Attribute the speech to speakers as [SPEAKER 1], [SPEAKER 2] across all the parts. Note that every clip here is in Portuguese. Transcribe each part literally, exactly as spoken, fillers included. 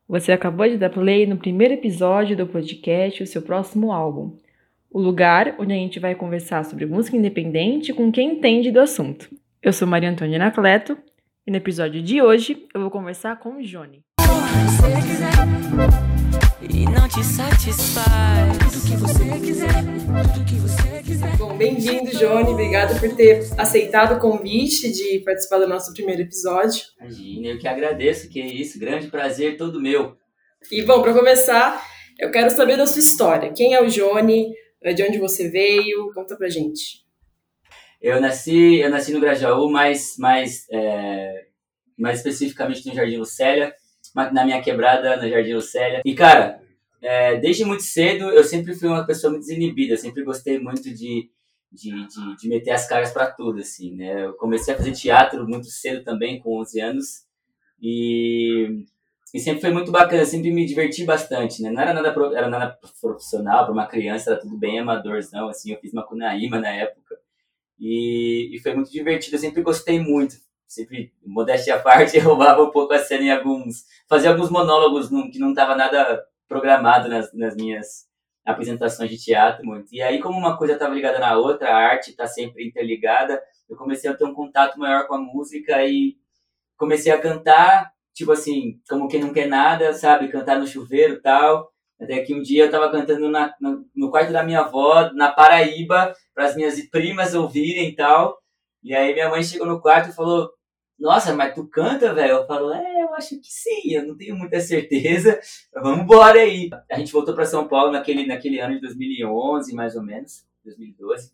[SPEAKER 1] Você acabou de dar play no primeiro episódio do podcast O Seu Próximo Álbum, o lugar onde a gente vai conversar sobre música independente com quem entende do assunto. Eu sou Maria Antônia Anacleto e no episódio de hoje eu vou conversar com o Johnny.
[SPEAKER 2] Você quiser e não te satisfaz. Tudo que você quiser, tudo que você quiser.
[SPEAKER 3] Bom, bem-vindo, Johnny. Obrigada por ter aceitado o convite de participar do nosso primeiro episódio.
[SPEAKER 4] Imagina, eu que agradeço, que é isso, grande prazer todo meu.
[SPEAKER 3] E, bom, para começar, eu quero saber da sua história. Quem é o Johnny? De onde você veio? Conta pra gente.
[SPEAKER 4] Eu nasci, eu nasci no Grajaú, mas mais, é, mais especificamente no Jardim Lucélia, na minha quebrada, no Jardim Lucélia. E, cara, é, desde muito cedo eu sempre fui uma pessoa muito desinibida, eu sempre gostei muito de, de, de, de meter as caras pra tudo, assim, né? Eu comecei a fazer teatro muito cedo também, com onze anos, e... E sempre foi muito bacana, sempre me diverti bastante, né? Não era nada, pro, era nada profissional para uma criança, era tudo bem amadorzão, assim. Eu fiz Macunaíma na época e, e foi muito divertido, eu sempre gostei muito. Sempre, modéstia à parte, eu roubava um pouco a cena em alguns... Fazia alguns monólogos num, que não estava nada programado nas, nas minhas apresentações de teatro. Muito. E aí, como uma coisa estava ligada na outra, a arte está sempre interligada, eu comecei a ter um contato maior com a música e comecei a cantar, tipo assim, como quem não quer nada, sabe? Cantar no chuveiro e tal. Até que um dia eu tava cantando na, no, no quarto da minha avó, na Paraíba, para as minhas primas ouvirem e tal. E aí minha mãe chegou no quarto e falou: nossa, mas tu canta, velho? Eu falo: é, eu acho que sim, eu não tenho muita certeza. Vamos embora aí. A gente voltou para São Paulo naquele, naquele ano de dois mil e onze, mais ou menos, dois mil e doze.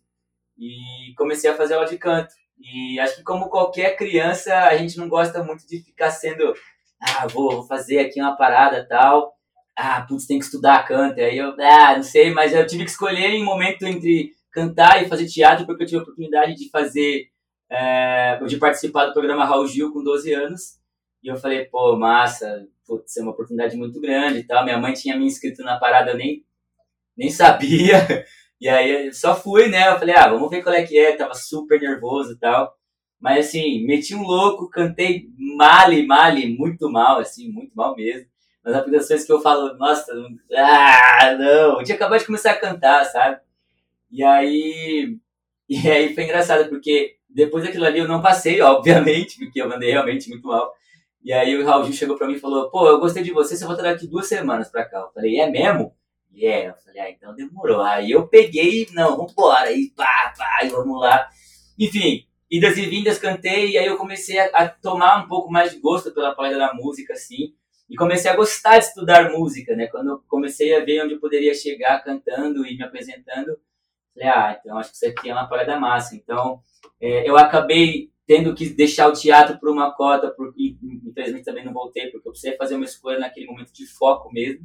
[SPEAKER 4] E comecei a fazer aula de canto. E acho que como qualquer criança, a gente não gosta muito de ficar sendo, ah, vou, vou fazer aqui uma parada e tal, ah, putz, tem que estudar canto. Aí eu, ah, não sei, mas eu tive que escolher em um momento entre cantar e fazer teatro, porque eu tive a oportunidade de fazer, é, de participar do programa Raul Gil com doze anos. E eu falei, pô, massa, putz, é uma oportunidade muito grande e tal. Minha mãe tinha me inscrito na parada, eu nem, nem sabia. E aí eu só fui, né? Eu falei, ah, vamos ver qual é que é. Tava super nervoso e tal. Mas assim, meti um louco, cantei male, male, muito mal, assim, muito mal mesmo. Nas apresentações que eu falo, nossa, não, ah, não. Eu tinha acabado de começar a cantar, sabe? E aí, e aí foi engraçado, porque depois daquilo ali eu não passei, obviamente, porque eu mandei realmente muito mal. E aí o Raul Gil chegou pra mim e falou, pô, eu gostei de você, você volta daqui duas semanas pra cá. Eu falei, é mesmo? E yeah. Eu falei, ah, então demorou. Aí eu peguei, não, vambora, aí pá, pá, e vamos lá. Enfim, idas e vindas, cantei, e aí eu comecei a, a tomar um pouco mais de gosto pela paleta da música, assim, e comecei a gostar de estudar música, né? Quando eu comecei a ver onde eu poderia chegar cantando e me apresentando, falei, ah, então acho que isso aqui é uma parada massa. Então, é, eu acabei tendo que deixar o teatro por uma cota, por, e infelizmente também não voltei, porque eu precisei fazer uma escolha naquele momento de foco mesmo.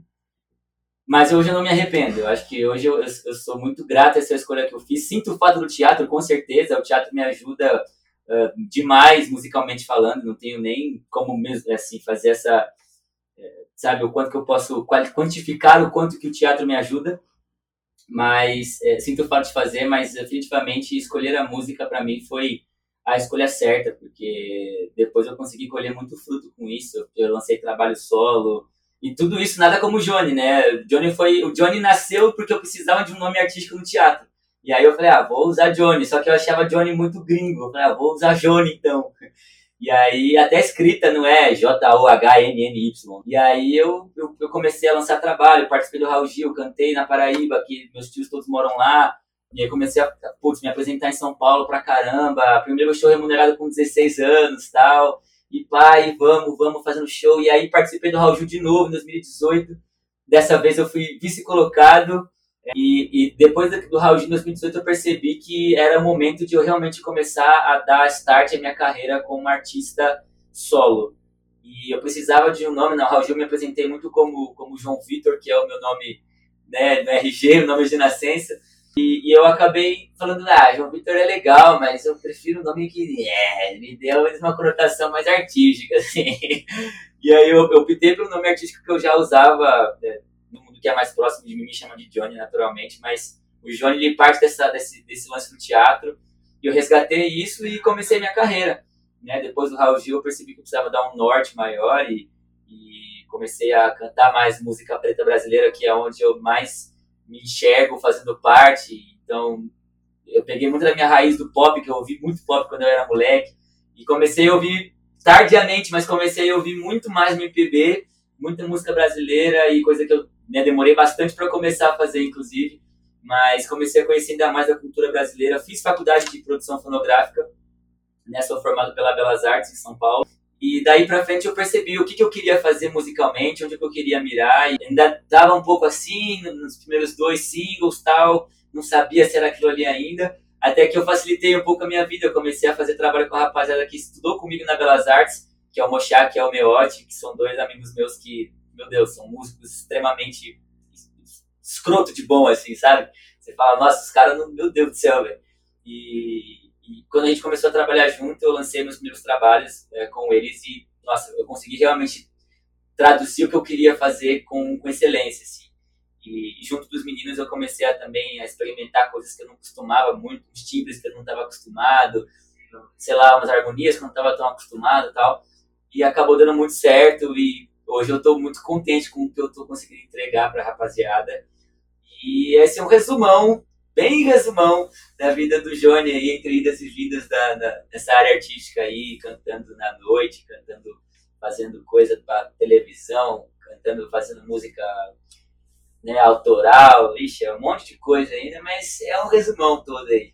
[SPEAKER 4] Mas hoje eu não me arrependo, eu acho que hoje eu, eu, eu sou muito grato a essa escolha que eu fiz. Sinto o fato do teatro, com certeza, o teatro me ajuda uh, demais musicalmente falando, não tenho nem como mesmo, assim, fazer essa, sabe, o quanto que eu posso quantificar o quanto que o teatro me ajuda, mas é, sinto o fato de fazer, mas definitivamente escolher a música para mim foi a escolha certa, porque depois eu consegui colher muito fruto com isso, eu lancei trabalho solo. E tudo isso nada como o Johnny, né? O Johnny, foi, o Johnny nasceu porque eu precisava de um nome artístico no teatro. E aí eu falei, ah, vou usar Johnny. Só que eu achava Johnny muito gringo. Eu falei, ah, vou usar Johnny então. E aí até escrita não é J O H N N Y. E aí eu, eu, eu comecei a lançar trabalho, participei do Raul Gil, cantei na Paraíba, que meus tios todos moram lá. E aí comecei a putz, me apresentar em São Paulo pra caramba. Primeiro show remunerado com dezesseis anos e tal. E pá, e vamos, vamos fazendo show. E aí participei do Raul Gil de novo em dois mil e dezoito. Dessa vez eu fui vice-colocado. E, e depois do Raul Gil em dois mil e dezoito eu percebi que era o momento de eu realmente começar a dar start à minha carreira como artista solo. E eu precisava de um nome. No Raul Gil eu me apresentei muito como, como João Vitor, que é o meu nome, né, no R G, o nome de nascença. E, e eu acabei falando, ah, João Vitor é legal, mas eu prefiro o nome que é, me deu uma conotação mais artística, assim. E aí eu, eu optei pelo nome artístico que eu já usava, né, no mundo que é mais próximo de mim, me chama de Johnny naturalmente, mas o Johnny ele parte dessa, desse, desse lance do teatro, e eu resgatei isso e comecei minha carreira. Né? Depois do Raul Gil eu percebi que eu precisava dar um norte maior e, e comecei a cantar mais música preta brasileira, que é onde eu mais me enxergo fazendo parte. Então, eu peguei muito da minha raiz do pop, que eu ouvi muito pop quando eu era moleque, e comecei a ouvir tardiamente, mas comecei a ouvir muito mais M P B, muita música brasileira, e coisa que eu, né, demorei bastante para começar a fazer, inclusive, mas comecei a conhecer ainda mais a cultura brasileira. Fiz faculdade de produção fonográfica, né, sou formado pela Belas Artes em São Paulo, e daí pra frente eu percebi o que, que eu queria fazer musicalmente, onde que eu queria mirar, e ainda tava um pouco assim, nos primeiros dois singles, tal, não sabia se era aquilo ali ainda, até que eu facilitei um pouco a minha vida. Eu comecei a fazer trabalho com a rapaziada que estudou comigo na Belas Artes, que é o Mochá, que é o Meote, que são dois amigos meus que, meu Deus, são músicos extremamente escroto de bom, assim, sabe? Você fala, nossa, os caras, meu Deus do céu, velho. E... E quando a gente começou a trabalhar junto, eu lancei meus primeiros trabalhos é, com eles e, nossa, eu consegui realmente traduzir o que eu queria fazer com, com excelência, assim. E junto dos meninos eu comecei a, também a experimentar coisas que eu não costumava muito, uns timbres que eu não estava acostumado, sei lá, umas harmonias que eu não estava tão acostumado e tal. E acabou dando muito certo e hoje eu estou muito contente com o que eu estou conseguindo entregar para a rapaziada. E esse é um resumão, bem resumão, da vida do Johnny aí, entre idas e vindas da, da, dessa área artística aí, cantando na noite, cantando, fazendo coisa para televisão, cantando, fazendo música, né, autoral, ixi, é um monte de coisa ainda, mas é um resumão todo aí.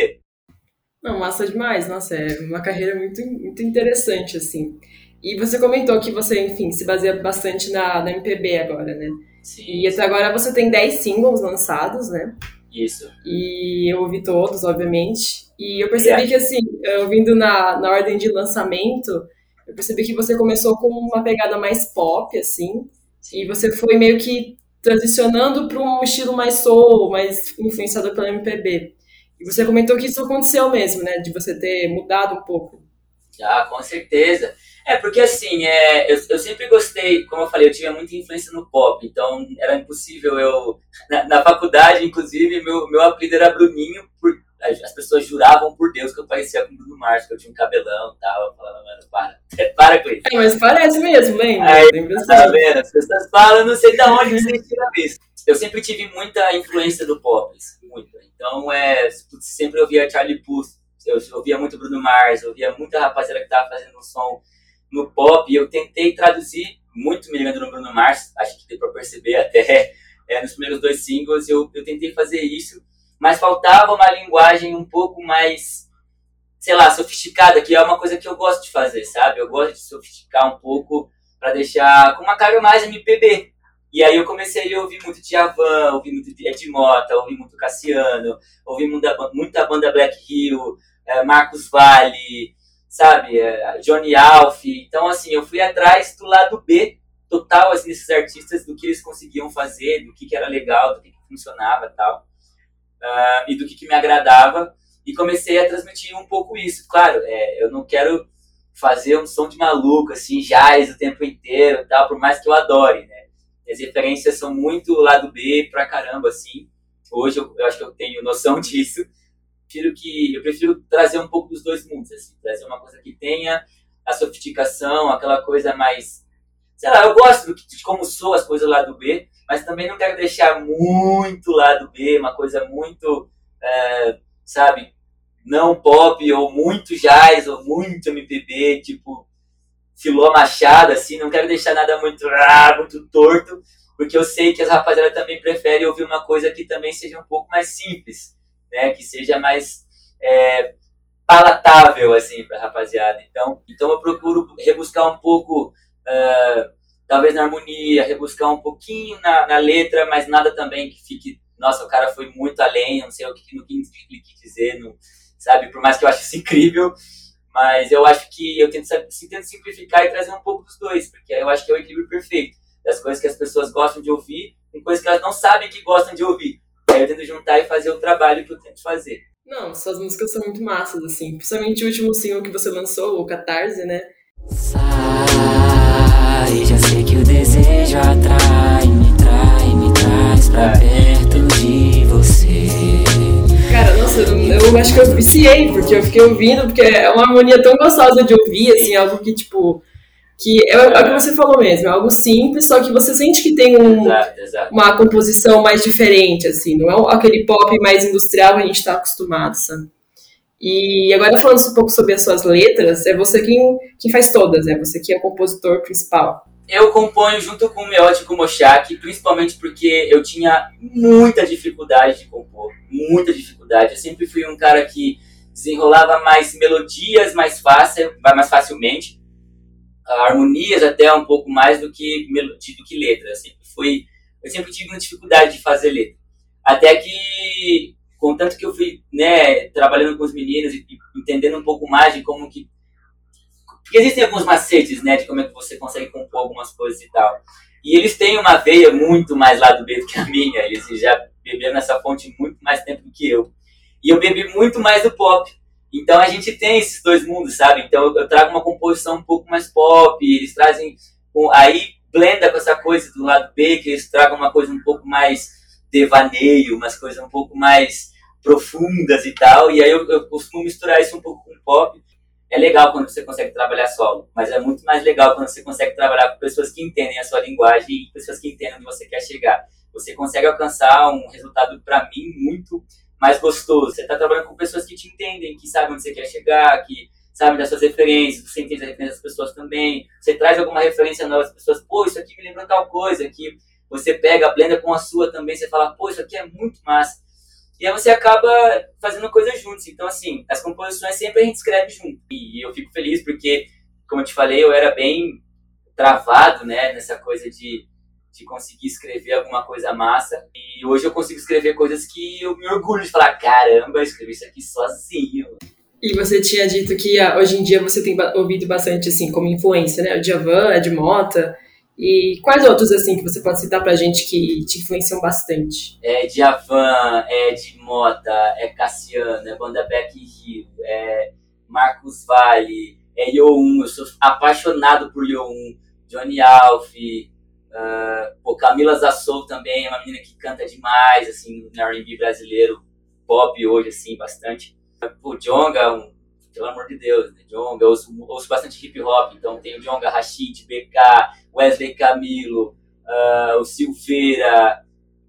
[SPEAKER 3] Não, massa demais, nossa, é uma carreira muito, muito interessante, assim. E você comentou que você, enfim, se baseia bastante na, na M P B agora, né?
[SPEAKER 4] Sim.
[SPEAKER 3] E até agora você tem dez singles lançados, né?
[SPEAKER 4] Isso.
[SPEAKER 3] E eu ouvi todos, obviamente. E eu percebi
[SPEAKER 4] Yeah.
[SPEAKER 3] que, assim, ouvindo na, na ordem de lançamento, eu percebi que você começou com uma pegada mais pop, assim, e você foi meio que transicionando para um estilo mais soul, mais influenciado pela M P B. E você comentou que isso aconteceu mesmo, né? De você ter mudado um pouco.
[SPEAKER 4] Ah, com certeza. É, porque assim, é, eu, eu sempre gostei, como eu falei, eu tive muita influência no pop, então era impossível eu... Na, na faculdade, inclusive, meu, meu apelido era Bruninho, por, as pessoas juravam por Deus que eu parecia com o Bruno Mars, que eu tinha um cabelão e tal, eu falava, mano, para, para com isso.
[SPEAKER 3] É, mas parece mesmo, lembra?
[SPEAKER 4] Aí,
[SPEAKER 3] Lembra
[SPEAKER 4] tá
[SPEAKER 3] assim.
[SPEAKER 4] vendo? As pessoas falam, eu não sei de onde vocês tiram isso. Eu sempre tive muita influência do pop, muita. Então, é, sempre ouvia Charlie Puth, eu ouvia muito Bruno Mars, eu ouvia muita rapaziada que tava fazendo um som no pop, e eu tentei traduzir, muito me ligando no Bruno Mars, acho que deu pra perceber até é, nos primeiros dois singles, eu, eu tentei fazer isso, mas faltava uma linguagem um pouco mais, sei lá, sofisticada, que é uma coisa que eu gosto de fazer, sabe? Eu gosto de sofisticar um pouco pra deixar com uma carga mais M P B. E aí eu comecei a ouvir muito Djavan, ouvir muito Ed Mota, ouvir muito Cassiano, ouvir muita, muita banda Black Hill, é, Marcos Valle, sabe, é, Johnny Alf. Então, assim, eu fui atrás do lado B total, assim, desses artistas, do que eles conseguiam fazer, do que, que era legal, do que, que funcionava e tal, uh, e do que, que me agradava, e comecei a transmitir um pouco isso. Claro, é, eu não quero fazer um som de maluco, assim, jazz o tempo inteiro e tal, por mais que eu adore, né? As referências são muito lado B pra caramba, assim. Hoje eu, eu acho que eu tenho noção disso. Prefiro que, eu prefiro trazer um pouco dos dois mundos, assim. Trazer uma coisa que tenha a sofisticação, aquela coisa mais... Sei lá, eu gosto de como sou as coisas lado B, mas também não quero deixar muito lado B, uma coisa muito, é, sabe, não pop, ou muito jazz, ou muito M P B, tipo... Filó Machado, assim, não quero deixar nada muito, ah, muito torto, porque eu sei que as rapaziadas também preferem ouvir uma coisa que também seja um pouco mais simples, né, que seja mais é, palatável, assim, pra rapaziada. Então, então eu procuro rebuscar um pouco, uh, talvez na harmonia, rebuscar um pouquinho na, na letra, mas nada também que fique, nossa, o cara foi muito além, não sei o que, no que ele quis dizer, não, sabe, por mais que eu ache isso incrível. Mas eu acho que eu tento, tento simplificar e trazer um pouco dos dois, porque eu acho que é o equilíbrio perfeito das coisas que as pessoas gostam de ouvir com coisas que elas não sabem que gostam de ouvir. Aí eu tento juntar e fazer o trabalho que eu tento fazer.
[SPEAKER 3] Não, suas músicas são muito massas, assim. Principalmente o último single que você lançou, o Catarse, né?
[SPEAKER 2] Sai, já sei que o desejo atrai, me trai, me traz pra perto de você.
[SPEAKER 3] Cara, nossa, eu, eu acho que eu viciei, porque eu fiquei ouvindo, porque é uma harmonia tão gostosa de ouvir, assim, algo que, tipo, Que é, é o que você falou mesmo, é algo simples, só que você sente que tem um,
[SPEAKER 4] Exato, exato.
[SPEAKER 3] uma composição mais diferente, assim, não é aquele pop mais industrial que a gente está acostumado, sabe? E agora falando um pouco sobre as suas letras, é você quem, quem faz todas, é você que é o compositor principal.
[SPEAKER 4] Eu componho junto com o Miotti e com o Mochak, principalmente porque eu tinha muita dificuldade de compor, muita dificuldade. Eu sempre fui um cara que desenrolava mais melodias mais, fácil, mais facilmente, harmonias até um pouco mais do que, melodia, do que letra. Eu sempre, fui, eu sempre tive uma dificuldade de fazer letra. Até que, contanto que eu fui, né, trabalhando com os meninos e, e entendendo um pouco mais de como que... Porque existem alguns macetes, né, de como é que você consegue compor algumas coisas e tal. E eles têm uma veia muito mais lá do B do que a minha. Eles já beberam nessa fonte muito mais tempo do que eu. E eu bebi muito mais do pop. Então a gente tem esses dois mundos, sabe? Então eu trago uma composição um pouco mais pop, eles trazem... Aí blenda com essa coisa do lado B, que eles tragam uma coisa um pouco mais devaneio, umas coisas um pouco mais profundas e tal. E aí eu, eu costumo misturar isso um pouco com pop. É legal quando você consegue trabalhar solo, mas é muito mais legal quando você consegue trabalhar com pessoas que entendem a sua linguagem e pessoas que entendem onde você quer chegar. Você consegue alcançar um resultado, para mim, muito mais gostoso. Você está trabalhando com pessoas que te entendem, que sabem onde você quer chegar, que sabem das suas referências, você entende as referências das pessoas também. Você traz alguma referência nova, as pessoas, pô, isso aqui me lembra tal coisa, que você pega, blenda com a sua também, você fala, pô, isso aqui é muito massa. E aí você acaba fazendo coisas juntos. Então, assim, as composições sempre a gente escreve junto. E eu fico feliz porque, como eu te falei, eu era bem travado, né, nessa coisa de, de conseguir escrever alguma coisa massa. E hoje eu consigo escrever coisas que eu me orgulho de falar, caramba, eu escrevi isso aqui sozinho.
[SPEAKER 3] E você tinha dito que hoje em dia você tem ouvido bastante, assim, como influência, né? O Djavan, Ed Mota... E quais outros, assim, que você pode citar pra gente que te influenciam bastante?
[SPEAKER 4] É Djavan, é Ed Mota, é Cassiano, é Banda Beck Hill, é Marcos Valle, é Youn, eu sou apaixonado por Youn, Johnny Alf, uh, pô, Camila Zassou também, é uma menina que canta demais, assim, no R and B brasileiro, pop hoje, assim, bastante. O Djonga, um, pelo amor de Deus, né? Djonga, eu ouço, ouço bastante hip hop, então tem o Djonga, Rashid, B K, Wesley Camilo, uh, o Silveira,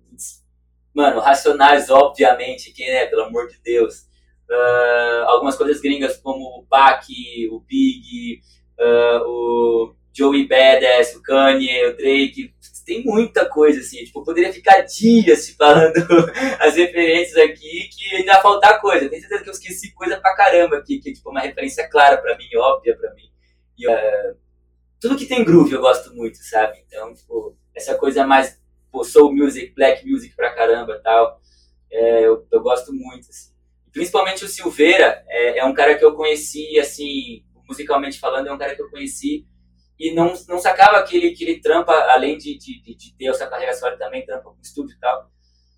[SPEAKER 4] mano, Racionais, obviamente, quem é, pelo amor de Deus. Uh, algumas coisas gringas como o Pac, o Big, uh, o Joey Badass, o Kanye, o Drake, tem muita coisa, assim, tipo, eu poderia ficar dias te falando as referências aqui, que ainda faltar coisa. Tenho certeza que eu esqueci coisa pra caramba aqui, que é tipo uma referência clara pra mim, óbvia pra mim. E, uh, tudo que tem groove eu gosto muito, sabe? Então, tipo, essa coisa mais, pô, soul music, black music pra caramba e tal, é, eu, eu gosto muito, assim. Principalmente o Silveira, é, é um cara que eu conheci, assim, musicalmente falando, é um cara que eu conheci e não, não sacava que ele, que ele trampa, além de, de, de ter essa carreira só, ele também trampa com estúdio e tal.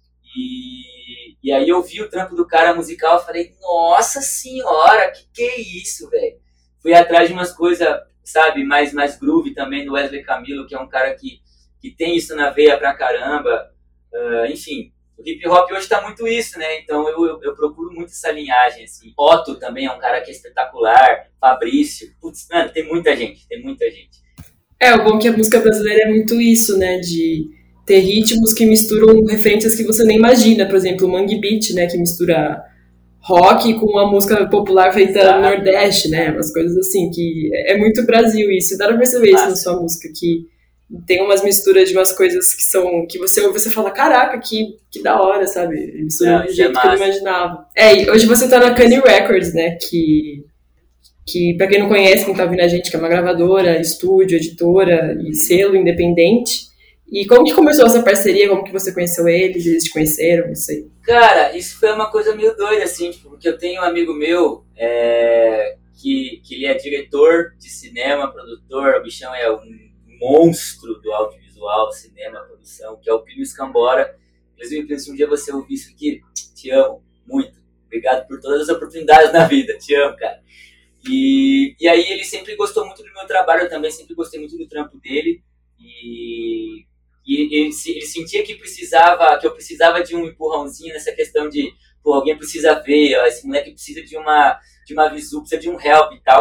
[SPEAKER 4] E, e aí eu vi o trampo do cara musical e falei, nossa senhora, que que é isso, velho? Fui atrás de umas coisas, sabe, mais, mais groove também do Wesley Camilo, que é um cara que, que tem isso na veia pra caramba. Uh, enfim, o hip hop hoje tá muito isso, né? Então eu, eu, eu procuro muito essa linhagem, assim. Otto também é um cara que é espetacular. Fabrício. Putz, mano, tem muita gente, tem muita gente.
[SPEAKER 3] É, o bom é que a música brasileira é muito isso, né? De ter ritmos que misturam referências que você nem imagina. Por exemplo, o Mangue Beat, né? Que mistura rock com uma música popular feita Exato. no Nordeste, né? Umas coisas assim, que é muito Brasil isso. Dá pra perceber Nossa. isso na sua música, que tem umas misturas de umas coisas que são, que você ouve e você fala, caraca, que, que da hora, sabe? Mistura de um jeito é que eu não imaginava. É, e hoje você tá na Kanye Records, né? Que, que pra quem não conhece, quem tá ouvindo a gente, que é uma gravadora, estúdio, editora e selo independente. E como que começou essa parceria? Como que você conheceu eles? Eles te conheceram? Não sei.
[SPEAKER 4] Cara, isso foi uma coisa meio doida, assim, tipo, porque eu tenho um amigo meu é, que, que ele é diretor de cinema, produtor, o bichão é um monstro do audiovisual, cinema, produção, que é o Pino Escambora. Inclusive, se um dia você ouvir isso aqui, te amo muito. Obrigado por todas as oportunidades na vida. Te amo, cara. E, e aí ele sempre gostou muito do meu trabalho, eu também sempre gostei muito do trampo dele. E, e ele, ele sentia que precisava, que eu precisava de um empurrãozinho nessa questão de, pô, alguém precisa ver, esse moleque precisa de uma, de uma visu, precisa de um help e tal.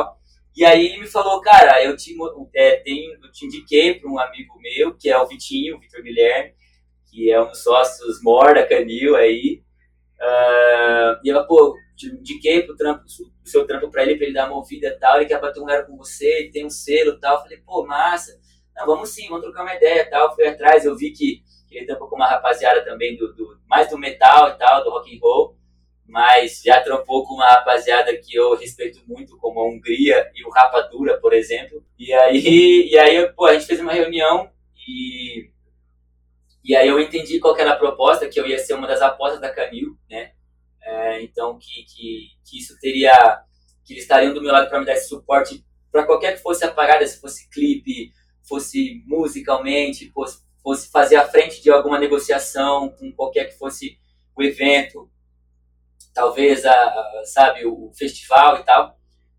[SPEAKER 4] E aí ele me falou, cara, eu te, é, tenho, eu te indiquei para um amigo meu, que é o Vitinho, o Vitor Guilherme, que é um dos sócios mor da Canil aí. Uh, e ela, pô, te indiquei pro trampo, o seu trampo pra ele, pra ele dar uma ouvida e tal, ele quer bater um lugar com você, ele tem um selo e tal. Eu falei, pô, massa, não, vamos sim, vamos trocar uma ideia e tal. Fui atrás, eu vi que ele trampou com uma rapaziada também, do, do, mais do metal e tal, do rock and roll, mas já trampou com uma rapaziada que eu respeito muito, como a Hungria e o Rapadura, por exemplo. E aí, e aí pô, a gente fez uma reunião e... E aí eu entendi qual que era a proposta, que eu ia ser uma das apostas da Canil, né? É, então, que, que, que isso teria... Que eles estariam do meu lado para me dar esse suporte para qualquer que fosse a parada, se fosse clipe, fosse musicalmente, fosse, fosse fazer a frente de alguma negociação com qualquer que fosse o evento, talvez, a, a, sabe, o festival e tal.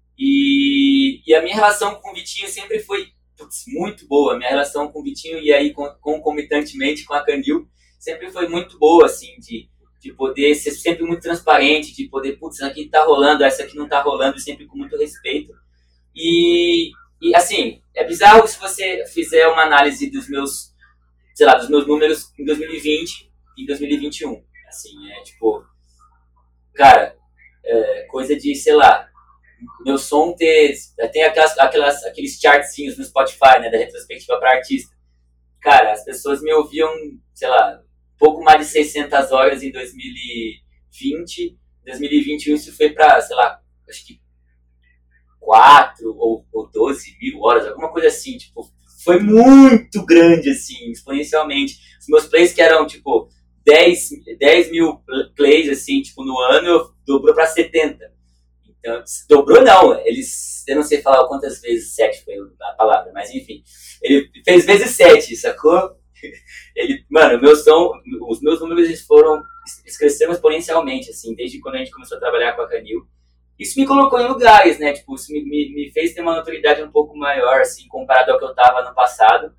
[SPEAKER 4] E, e a minha relação com o Vitinho sempre foi... muito boa, minha relação com o Vitinho e aí concomitantemente com a Canil sempre foi muito boa, assim, de, de poder ser sempre muito transparente, de poder, putz, isso aqui tá rolando, essa aqui não tá rolando, sempre com muito respeito. E, e assim, é bizarro se você fizer uma análise dos meus, sei lá, dos meus números em dois mil e vinte e dois mil e vinte e um, assim, é tipo, cara, é coisa de, sei lá, meu som ter, tem aquelas, aquelas, aqueles chartzinhos no Spotify, né, da retrospectiva para artista. Cara, as pessoas me ouviam, sei lá, pouco mais de seiscentas horas em dois mil e vinte. Em dois mil e vinte e um isso foi para, sei lá, acho que quatro ou, ou doze mil horas, alguma coisa assim, tipo, foi muito grande, assim, exponencialmente. Os meus plays que eram, tipo, dez mil plays, assim, tipo, no ano, dobrou para setenta. Então, dobrou não, eles, eu não sei falar quantas vezes sete foi a palavra, mas enfim, ele fez vezes sete, sacou? Ele, mano, meu som, os meus números eles foram, eles cresceram exponencialmente, assim, desde quando a gente começou a trabalhar com a Canil. Isso me colocou em lugares, né, tipo, isso me, me, me fez ter uma notoriedade um pouco maior, assim, comparado ao que eu tava no passado,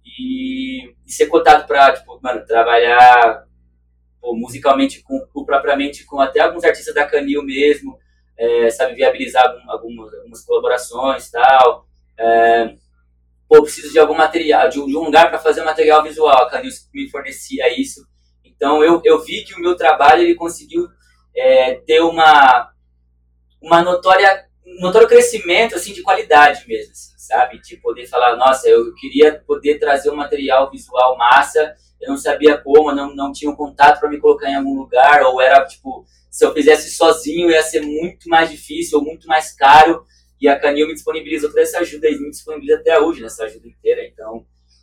[SPEAKER 4] e, e ser cotado pra, tipo, mano, trabalhar pô, musicalmente, com, com, propriamente com até alguns artistas da Canil mesmo, É, sabe, viabilizar algum, algumas, algumas colaborações e tal. É, pô, preciso de algum material, de um, de um lugar para fazer material visual. A Canil me fornecia isso. Então, eu, eu vi que o meu trabalho ele conseguiu é, ter uma, uma notória, um notório crescimento assim, de qualidade mesmo, assim, sabe? De poder falar, nossa, eu queria poder trazer um material visual massa, eu não sabia como, não, não tinha um contato para me colocar em algum lugar, ou era, tipo... Se eu fizesse sozinho, ia ser muito mais difícil ou muito mais caro. E a Canil me disponibilizou toda essa ajuda e me disponibiliza até hoje nessa ajuda inteira. Então,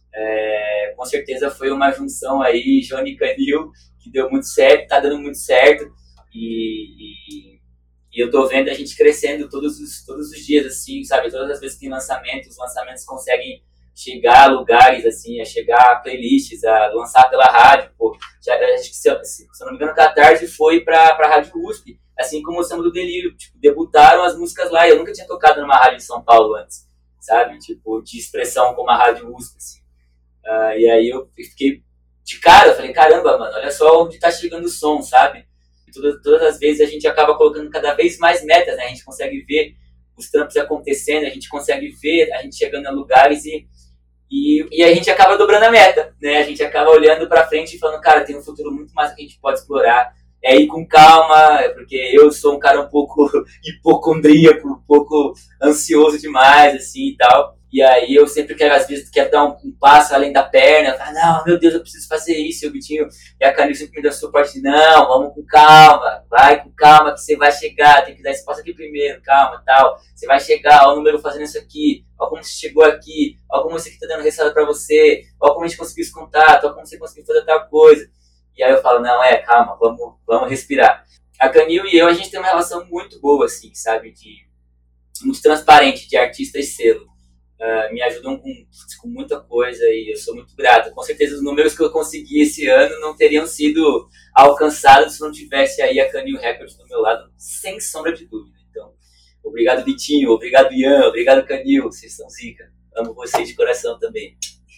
[SPEAKER 4] é, com certeza foi uma junção aí, Johnny e Canil, que deu muito certo, tá dando muito certo. E, e, e eu tô vendo a gente crescendo todos os, todos os dias, assim, sabe? Todas as vezes que tem lançamento, os lançamentos conseguem chegar a lugares, assim, a chegar a playlists, a lançar pela rádio, pô. Já, acho que, se, se, se eu não me engano, o Catarse foi pra, pra Rádio U S P, assim como o Samba do Delírio, tipo, debutaram as músicas lá, eu nunca tinha tocado numa rádio de São Paulo antes, sabe, tipo, de expressão como a Rádio U S P, assim. Uh, e aí eu fiquei de cara, eu falei, caramba, mano, olha só onde tá chegando o som, sabe, e todas, todas as vezes a gente acaba colocando cada vez mais metas, né, a gente consegue ver os trampos acontecendo, a gente consegue ver a gente chegando a lugares e E, e a gente acaba dobrando a meta, né? A gente acaba olhando pra frente e falando, cara, tem um futuro muito mais que a gente pode explorar. É ir com calma, porque eu sou um cara um pouco hipocondríaco, um pouco ansioso demais, assim, e tal. E aí eu sempre quero, às vezes, quero dar um, um passo além da perna. Falar, não, meu Deus, eu preciso fazer isso, o Vitinho. E a Canil sempre me dá suporte. Não, vamos com calma, vai com calma que você vai chegar. Tem que dar espaço aqui primeiro, calma, tal. Você vai chegar, ó o número fazendo isso aqui. Ó como você chegou aqui. Ó como isso aqui tá dando resultado pra você. Ó como a gente conseguiu esse contato. Ó como você conseguiu fazer tal coisa. E aí eu falo, não, é, calma, vamos, vamos respirar. A Canil e eu, a gente tem uma relação muito boa, assim, sabe? De, muito transparente, de artista e selo. Uh, me ajudam com, com muita coisa e eu sou muito grato. Com certeza os números que eu consegui esse ano não teriam sido alcançados se não tivesse aí a Canil Records do meu lado, sem sombra de dúvida. Então, obrigado Vitinho, obrigado Ian, obrigado Canil, vocês são zica. Amo vocês de coração também.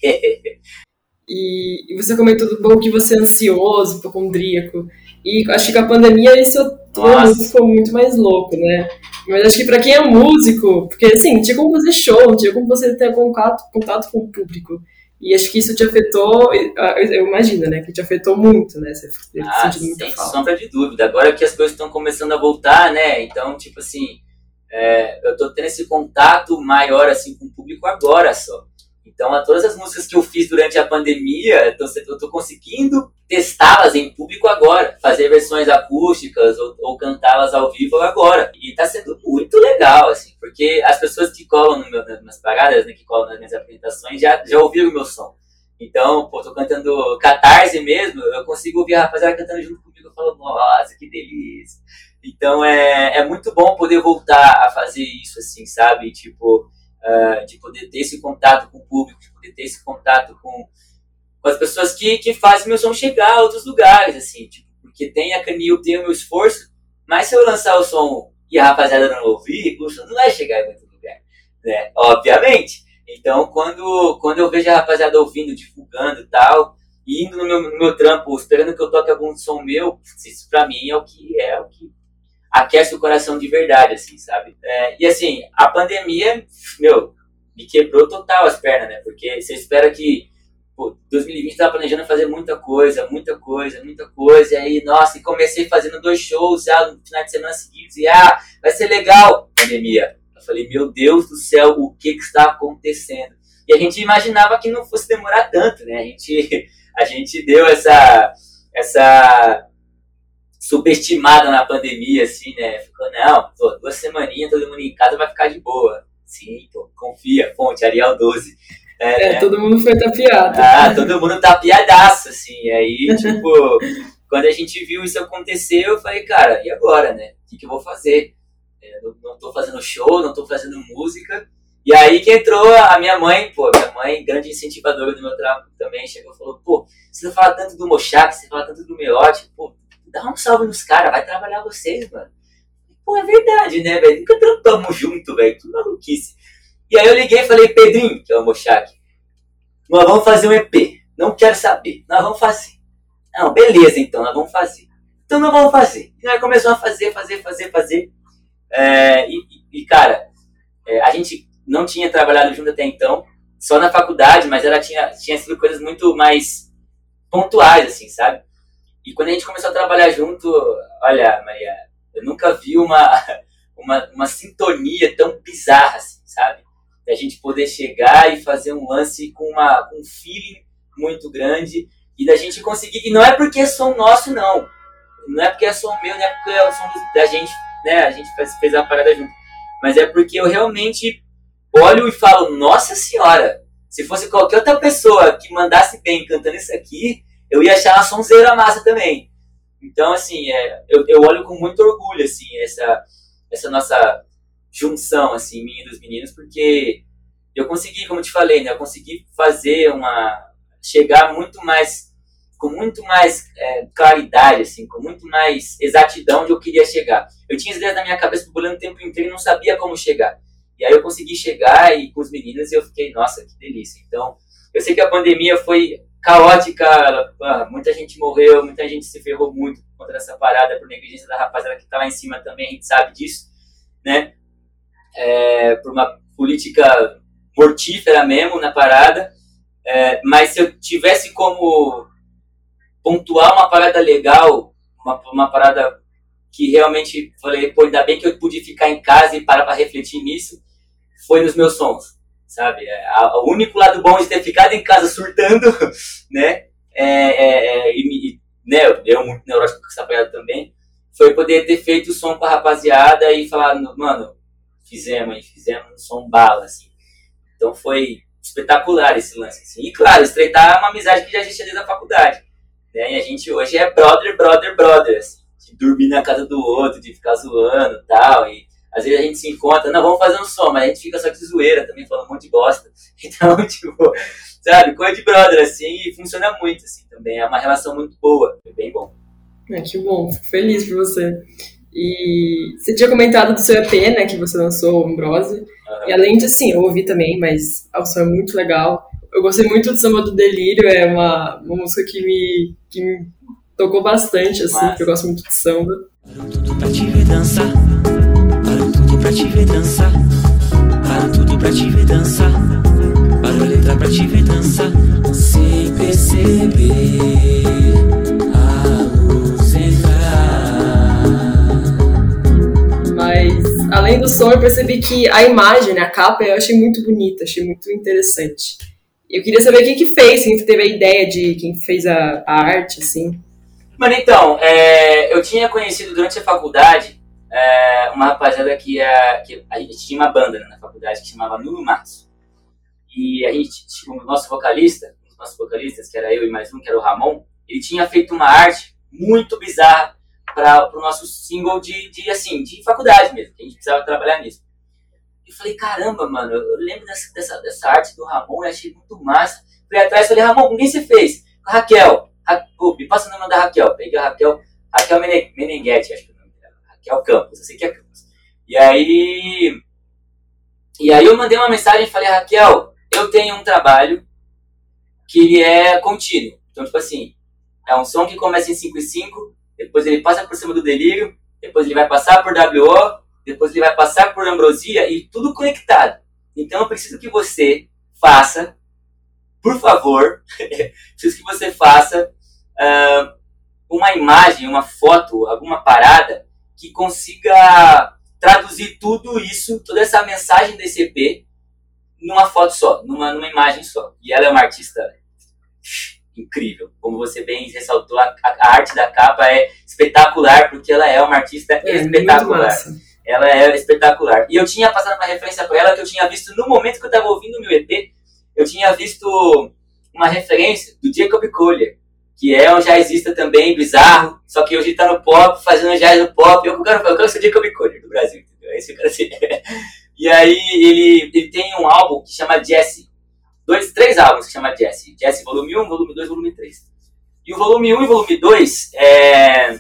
[SPEAKER 3] E, e você comentou do bom que você é ansioso, hipocondríaco. E acho que com a pandemia isso ficou muito mais louco, né? Mas acho que pra quem é músico, porque assim, não tinha como fazer show, não tinha como você ter contato, contato com o público. E acho que isso te afetou, eu imagino, né, que te afetou muito, né, você teve
[SPEAKER 4] Ah,
[SPEAKER 3] sentido muita
[SPEAKER 4] sem
[SPEAKER 3] falta.
[SPEAKER 4] sombra de dúvida. Agora que as coisas estão começando a voltar, né, então, tipo assim, é, eu tô tendo esse contato maior, assim, com o público agora só. Então, a todas as músicas que eu fiz durante a pandemia, eu tô, eu tô conseguindo testá-las em público agora, fazer versões acústicas ou, ou cantá-las ao vivo agora. E tá sendo muito legal, assim, porque as pessoas que colam no meu, nas paradas, né, que colam nas minhas apresentações, já, já ouviram o meu som. Então, pô, tô cantando Catarse mesmo, eu consigo ouvir a rapaziada cantando junto comigo, eu falo, nossa, que delícia. Então, é, é muito bom poder voltar a fazer isso, assim, sabe? Tipo... Uh, de poder ter esse contato com o público, de poder ter esse contato com, com as pessoas que, que fazem meu som chegar a outros lugares, assim, tipo, porque tem a Canil, tem o meu esforço, mas se eu lançar o som e a rapaziada não ouvir, o som não vai chegar em muito lugar, né, obviamente. Então, quando, quando eu vejo a rapaziada ouvindo, divulgando e tal, e indo no meu, no meu trampo, esperando que eu toque algum som meu, isso pra mim é o que é o que aquece o coração de verdade, assim, sabe? É, e assim, a pandemia, meu, me quebrou total as pernas, né? Porque você espera que, pô, dois mil e vinte tava planejando fazer muita coisa, muita coisa, muita coisa, e aí, nossa, e comecei fazendo dois shows já no final de semana seguinte, e ah, vai ser legal, pandemia. Eu falei, meu Deus do céu, o que que está acontecendo? E a gente imaginava que não fosse demorar tanto, né? A gente, a gente deu essa, essa subestimada na pandemia, assim, né? Ficou, não, pô, duas semaninhas, todo mundo em casa vai ficar de boa. Sim, pô, confia, fonte, Arial doze.
[SPEAKER 3] É, é
[SPEAKER 4] né?
[SPEAKER 3] todo mundo foi tapeado.
[SPEAKER 4] Ah, todo mundo tapeadaço, assim. Aí, tipo, quando a gente viu isso acontecer, eu falei, cara, e agora, né? O que, que eu vou fazer? É, não, não tô fazendo show, não tô fazendo música. E aí que entrou a minha mãe, pô, minha mãe, grande incentivadora do meu trabalho também, chegou e falou, pô, você não fala tanto do Mochak, você fala tanto do Melote, pô, dá um salve nos caras, vai trabalhar vocês, mano. Pô, é verdade, né, velho? Nunca trampamos junto, velho, que maluquice. E aí eu liguei e falei, Pedrinho, que é o Mochak, nós vamos fazer um E P, não quero saber, nós vamos fazer. Não, beleza, então, nós vamos fazer. Então nós vamos fazer. E nós começamos a fazer, fazer, fazer, fazer. É, e, e, cara, é, a gente não tinha trabalhado junto até então, só na faculdade, mas ela tinha, tinha sido coisas muito mais pontuais, assim, sabe? E quando a gente começou a trabalhar junto, olha, Maria, eu nunca vi uma, uma, uma sintonia tão bizarra, assim, sabe? Da gente poder chegar e fazer um lance com, uma, com um feeling muito grande e da gente conseguir... E não é porque é som nosso, não. Não é porque é som meu, não é porque é o som do, da gente, né? A gente fez, fez a parada junto. Mas é porque eu realmente olho e falo, nossa senhora, se fosse qualquer outra pessoa que mandasse bem cantando isso aqui, eu ia achar uma sonzeira massa também. Então, assim, é, eu, eu olho com muito orgulho, assim, essa, essa nossa junção, assim, minha e dos meninos, porque eu consegui, como eu te falei, né, eu consegui fazer uma... chegar muito mais, com muito mais é, claridade, assim, com muito mais exatidão onde eu queria chegar. Eu tinha as ideias na minha cabeça bolando o tempo inteiro e não sabia como chegar. E aí eu consegui chegar e com os meninos e eu fiquei, nossa, que delícia. Então, eu sei que a pandemia foi caótica, muita gente morreu, muita gente se ferrou muito contra essa parada por negligência da rapaziada que tá lá em cima também, a gente sabe disso, né? É, por uma política mortífera mesmo na parada, é, mas se eu tivesse como pontuar uma parada legal, uma, uma parada que realmente falei, pô, ainda bem que eu pude ficar em casa e parar pra refletir nisso, foi nos meus sons, sabe? O único lado bom de ter ficado em casa surtando, né? É, é, é, e, né? Eu muito neurótico com essa parada também, foi poder ter feito o som com a rapaziada e falar, mano, fizemos, fizemos um som bala, assim. Então foi espetacular esse lance, assim. E claro, estreitar uma amizade que já existia desde a faculdade, né? E a gente hoje é brother, brother, brother, assim, de dormir na casa do outro, de ficar zoando e tal, e às vezes a gente se encontra, não, vamos fazer um som, mas a gente fica só de zoeira também, falando um monte de bosta. Então, tipo, sabe, coisa de brother, assim, e funciona muito, assim, também. É uma relação muito boa, é bem bom.
[SPEAKER 3] É, que bom, fico feliz por você. E você tinha comentado do seu E P, né, que você lançou, o Ambrose. Uhum. E além de, assim, eu ouvi também, mas o som é muito legal. Eu gostei muito do Samba do Delírio, é uma, uma música que me, que me tocou bastante, assim, porque eu gosto muito de samba.
[SPEAKER 2] Tudo pra te ver dançar, tudo pra te ver dançar. Paro tudo pra te ver dançar. Paro a letra pra te ver dançar. Sem perceber a luz entrar.
[SPEAKER 3] Mas, além do som, eu percebi que a imagem, né, a capa, eu achei muito bonita, achei muito interessante. Eu queria saber quem que fez, quem teve a ideia de quem fez a, a arte, assim.
[SPEAKER 4] Mano, então, é, eu tinha conhecido durante a faculdade é, uma rapaziada que, é, que a gente tinha uma banda, né, na faculdade que chamava Nuno Matos. E a gente tinha o nosso vocalista, um dos nossos vocalistas, que era eu e mais um, que era o Ramon, ele tinha feito uma arte muito bizarra para o nosso single de, de, assim, de faculdade mesmo, que a gente precisava trabalhar nisso. Eu falei, caramba, mano, eu lembro dessa, dessa, dessa arte do Ramon, eu achei muito massa. Fui atrás e falei, Ramon, com quem você fez? Com a Raquel. Ra... Pô, me passa o nome da Raquel. Peguei a Raquel, Raquel Meneghetti, acho que é o nome dela. Raquel Campos, eu sei que é Campos. E aí, e aí eu mandei uma mensagem e falei, Raquel, eu tenho um trabalho que ele é contínuo. Então, tipo assim, é um som que começa em cinco e cinco, depois ele passa por cima do delírio, depois ele vai passar por W O, depois ele vai passar por ambrosia e tudo conectado. Então eu preciso que você faça, por favor, preciso que você faça uh, uma imagem, uma foto, alguma parada que consiga traduzir tudo isso, toda essa mensagem desse E P numa foto só, numa, numa imagem só. E ela é uma artista incrível. Como você bem ressaltou, a, a arte da capa é espetacular, porque ela é uma artista é, espetacular. Ela é espetacular. E eu tinha passado uma referência para ela que eu tinha visto no momento que eu estava ouvindo o meu E P, eu tinha visto uma referência do Jacob Collier, que é um jazzista também bizarro, só que hoje está no pop, fazendo jazz no pop. Eu quero, eu quero ser Jacob Collier do Brasil, entendeu? É isso que eu quero ser. E aí ele, ele tem um álbum que chama Jesse. Dois, três álbuns que chama Jesse. Jesse volume um, volume dois, volume três. E o volume um e o volume dois, é...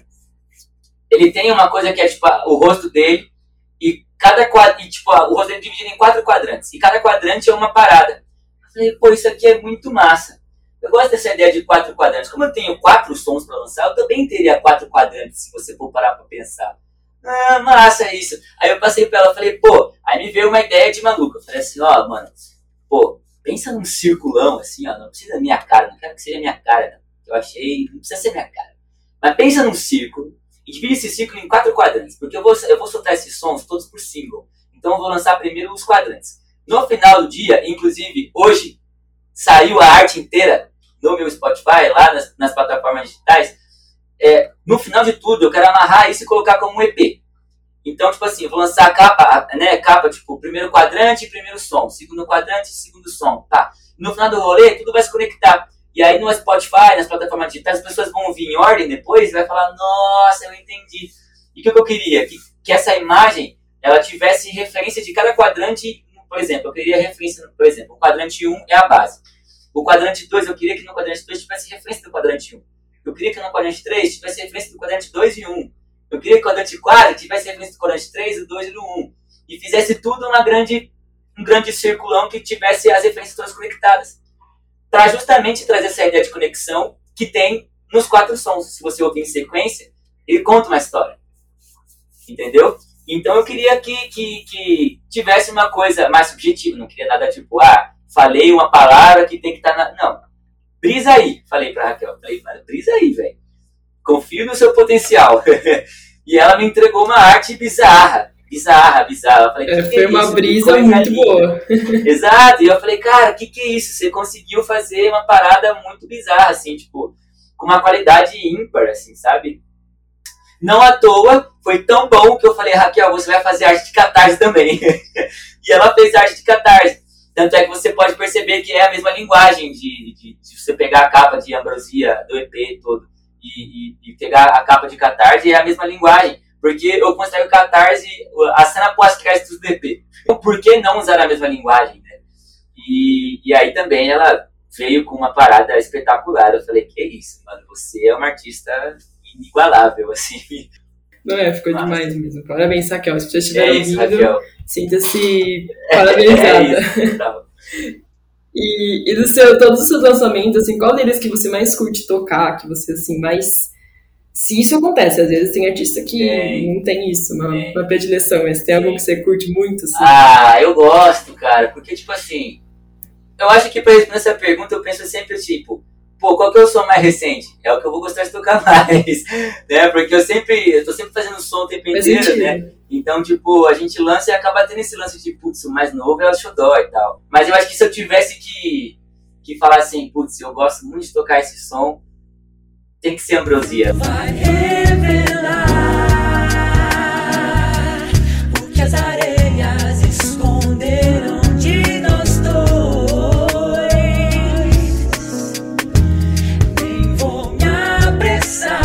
[SPEAKER 4] ele tem uma coisa que é tipo o rosto dele, e cada quadro, e, tipo, o rosto dele é dividido em quatro quadrantes. E cada quadrante é uma parada. Eu falei, pô, isso aqui é muito massa. Eu gosto dessa ideia de quatro quadrantes. Como eu tenho quatro sons para lançar, eu também teria quatro quadrantes, se você for parar para pensar. Ah, massa isso. Aí eu passei pra ela, falei, pô, aí me veio uma ideia de maluco. Eu falei assim, ó, oh, mano, pô, pensa num circulão, assim, ó, não precisa da minha cara, não quero que seja minha cara, não. Eu achei, não precisa ser minha cara. Mas pensa num círculo, e divide esse círculo em quatro quadrantes, porque eu vou, eu vou soltar esses sons todos por single. Então eu vou lançar primeiro os quadrantes. No final do dia, inclusive, hoje, saiu a arte inteira no meu Spotify, lá nas, nas plataformas digitais. É, no final de tudo, eu quero amarrar isso e colocar como um E P. Então, tipo assim, eu vou lançar a capa, a, né, capa, tipo, primeiro quadrante, primeiro som, segundo quadrante, segundo som, tá. No final do rolê, tudo vai se conectar. E aí no Spotify, nas plataformas digitais, as pessoas vão ouvir em ordem depois e vai falar, nossa, eu entendi. E o que, que eu queria? Que, que essa imagem, ela tivesse referência de cada quadrante. Por exemplo, eu queria referência, por exemplo, o quadrante um é a base. O quadrante dois, eu queria que no quadrante dois tivesse referência do quadrante um. Eu queria que no quadrante três tivesse referência do quadrante dois e um. Eu queria que no quadrante quatro tivesse referência do quadrante três, do dois e do um. E fizesse tudo uma grande, um grande circulão que tivesse as referências todas conectadas. Para justamente trazer essa ideia de conexão que tem nos quatro sons. Se você ouvir em sequência, ele conta uma história. Entendeu? Então eu queria que, que, que tivesse uma coisa mais subjetiva. Não queria nada tipo, ah, falei uma palavra que tem que estar na... Não. Brisa aí, falei pra Raquel. Falei, brisa aí, velho. Confio no seu potencial. E ela me entregou uma arte bizarra. Bizarra, bizarra. Eu falei,
[SPEAKER 3] é,
[SPEAKER 4] que
[SPEAKER 3] foi
[SPEAKER 4] é
[SPEAKER 3] uma
[SPEAKER 4] isso?
[SPEAKER 3] brisa muito linda. Boa.
[SPEAKER 4] Exato. E eu falei, cara, o que, que é isso? Você conseguiu fazer uma parada muito bizarra, assim, tipo, com uma qualidade ímpar, assim, sabe? Não à toa, foi tão bom que eu falei, Raquel, você vai fazer arte de catarse também. E ela fez arte de catarse. Tanto é que você pode perceber que é a mesma linguagem de, de, de você pegar a capa de ambrosia do E P todo e, e, e pegar a capa de catarse, é a mesma linguagem. Porque eu considero catarse a cena pós-créditos do E P. Então, por que não usar a mesma linguagem, né? E, e aí também ela veio com uma parada espetacular. Eu falei, que isso, mano, você é uma artista inigualável, assim.
[SPEAKER 3] Não é, ficou Nossa. Demais mesmo. Parabéns, Raquel. Se você estiver
[SPEAKER 4] é isso,
[SPEAKER 3] ouvindo,
[SPEAKER 4] Raquel.
[SPEAKER 3] Sinta-se parabenizada.
[SPEAKER 4] É isso, tá.
[SPEAKER 3] E, e do seu, todos os seus lançamentos, assim, qual deles que você mais curte tocar, que você, assim, mais Se isso acontece, às vezes tem artista que
[SPEAKER 4] Tem.
[SPEAKER 3] não tem isso, uma,
[SPEAKER 4] Tem.
[SPEAKER 3] uma predileção, mas tem algum
[SPEAKER 4] Tem.
[SPEAKER 3] que você curte muito, assim?
[SPEAKER 4] Ah, eu gosto, cara, porque, tipo assim, eu acho que pra responder essa pergunta eu penso sempre, tipo, pô, qual que é o som mais recente? É o que eu vou gostar de tocar mais, né? Porque eu sempre, eu tô sempre fazendo som o tempo
[SPEAKER 3] Faz
[SPEAKER 4] inteiro,
[SPEAKER 3] sentido.
[SPEAKER 4] né? Então, tipo, a gente lança e acaba tendo esse lance de, putz, o mais novo é o xodó e tal. Mas eu acho que se eu tivesse que, que falar assim, putz, eu gosto muito de tocar esse som, tem que ser Ambrosia.
[SPEAKER 2] Vai revelar o que as areias esconderam de nós dois. Nem vou me apressar.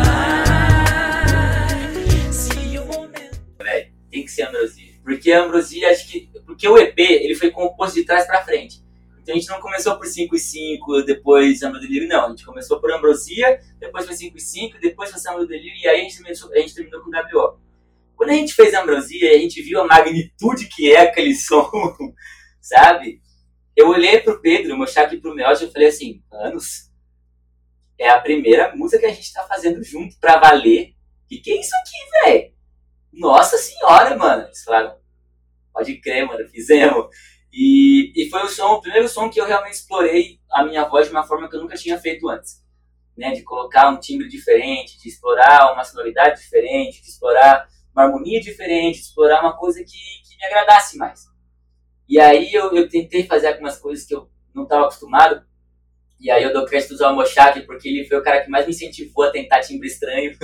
[SPEAKER 2] Se o momento.
[SPEAKER 4] Velho, tem que ser Ambrosia. Porque a Ambrosia, acho que. Porque o E P, ele foi composto de trás pra frente. Então a gente não começou por cinco e cinco, depois Samba do Delírio, não. A gente começou por Ambrosia, depois foi cinco e cinco, depois foi Samba do Delírio, e aí a gente, começou, a gente terminou com W O. Quando a gente fez Ambrosia, a gente viu a magnitude que é aquele som, sabe? Eu olhei pro Pedro, meu chapa e pro Melch, e eu falei assim, anos, é a primeira música que a gente tá fazendo junto pra valer. E que é isso aqui, velho? Nossa senhora, mano. Eles falaram, pode crer, mano, fizemos. E, e foi o som, o primeiro som que eu realmente explorei a minha voz de uma forma que eu nunca tinha feito antes. Né? De colocar um timbre diferente, de explorar uma sonoridade diferente, de explorar uma harmonia diferente, de explorar uma coisa que, que me agradasse mais. E aí eu, eu tentei fazer algumas coisas que eu não estava acostumado. E aí eu dou crédito ao Mochak, porque ele foi o cara que mais me incentivou a tentar timbre estranho.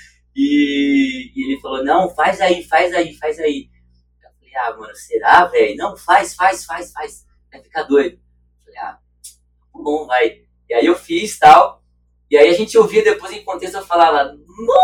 [SPEAKER 4] E, e ele falou, não, faz aí, faz aí, faz aí. Ah, mano, será, velho? Não, faz, faz, faz, faz. Vai ficar doido. Falei, ah, bom, vai. E aí eu fiz tal. E aí a gente ouvia depois em contexto, eu falava, nossa,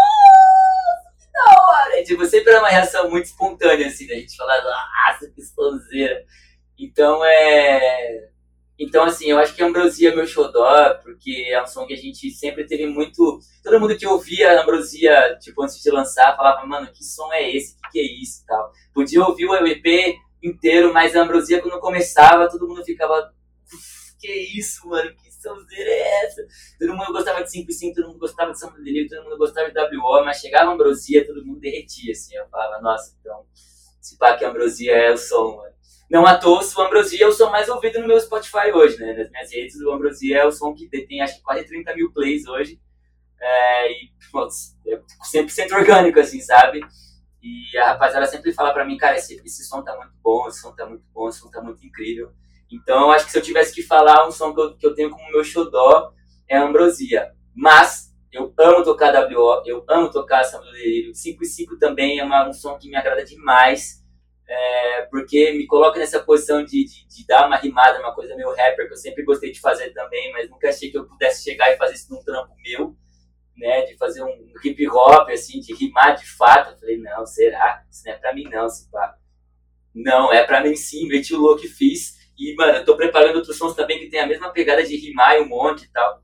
[SPEAKER 4] que da hora. E tipo, sempre era uma reação muito espontânea, assim, né? A gente falava, nossa, que sonzeira. Então, é... Então, assim, eu acho que a Ambrosia é meu xodó, porque é um som que a gente sempre teve muito... Todo mundo que ouvia a Ambrosia, tipo, antes de lançar, falava, mano, que som é esse? Que que é isso? Tal. Podia ouvir o E P inteiro, mas a Ambrosia, quando começava, todo mundo ficava... Que isso, mano? Que sonzeira é essa? Todo mundo gostava de cinco e cinco, todo mundo gostava de Samba do Delírio, todo mundo gostava de W O, mas chegava a Ambrosia, todo mundo derretia, assim. Eu falava, nossa, então... Se pá que a Ambrosia é o som, mano. Não à toa, o Ambrosia é o som mais ouvido no meu Spotify hoje, né? Nas minhas redes, o Ambrosia é o som que tem, acho que quase trinta mil plays hoje. É, e, putz, é cem por cento orgânico, assim, sabe? E a rapaziada sempre fala pra mim, cara, esse, esse som tá muito bom, esse som tá muito bom, esse som tá muito incrível. Então, eu acho que se eu tivesse que falar um som que eu, que eu tenho como meu xodó, é a Ambrosia. Mas, eu amo tocar W O, eu amo tocar Samba do Delírio. cinco e cinco também é uma, um som que me agrada demais. É, porque me coloca nessa posição de, de, de dar uma rimada, uma coisa meio rapper, que eu sempre gostei de fazer também, mas nunca achei que eu pudesse chegar e fazer isso num trampo meu, né, de fazer um hip hop, assim, de rimar de fato. Eu falei, não, será? Isso não é pra mim não, se pá. Não, é pra mim sim, meti o louco e fiz. E, mano, eu tô preparando outros sons também que tem a mesma pegada de rimar e um monte e tal.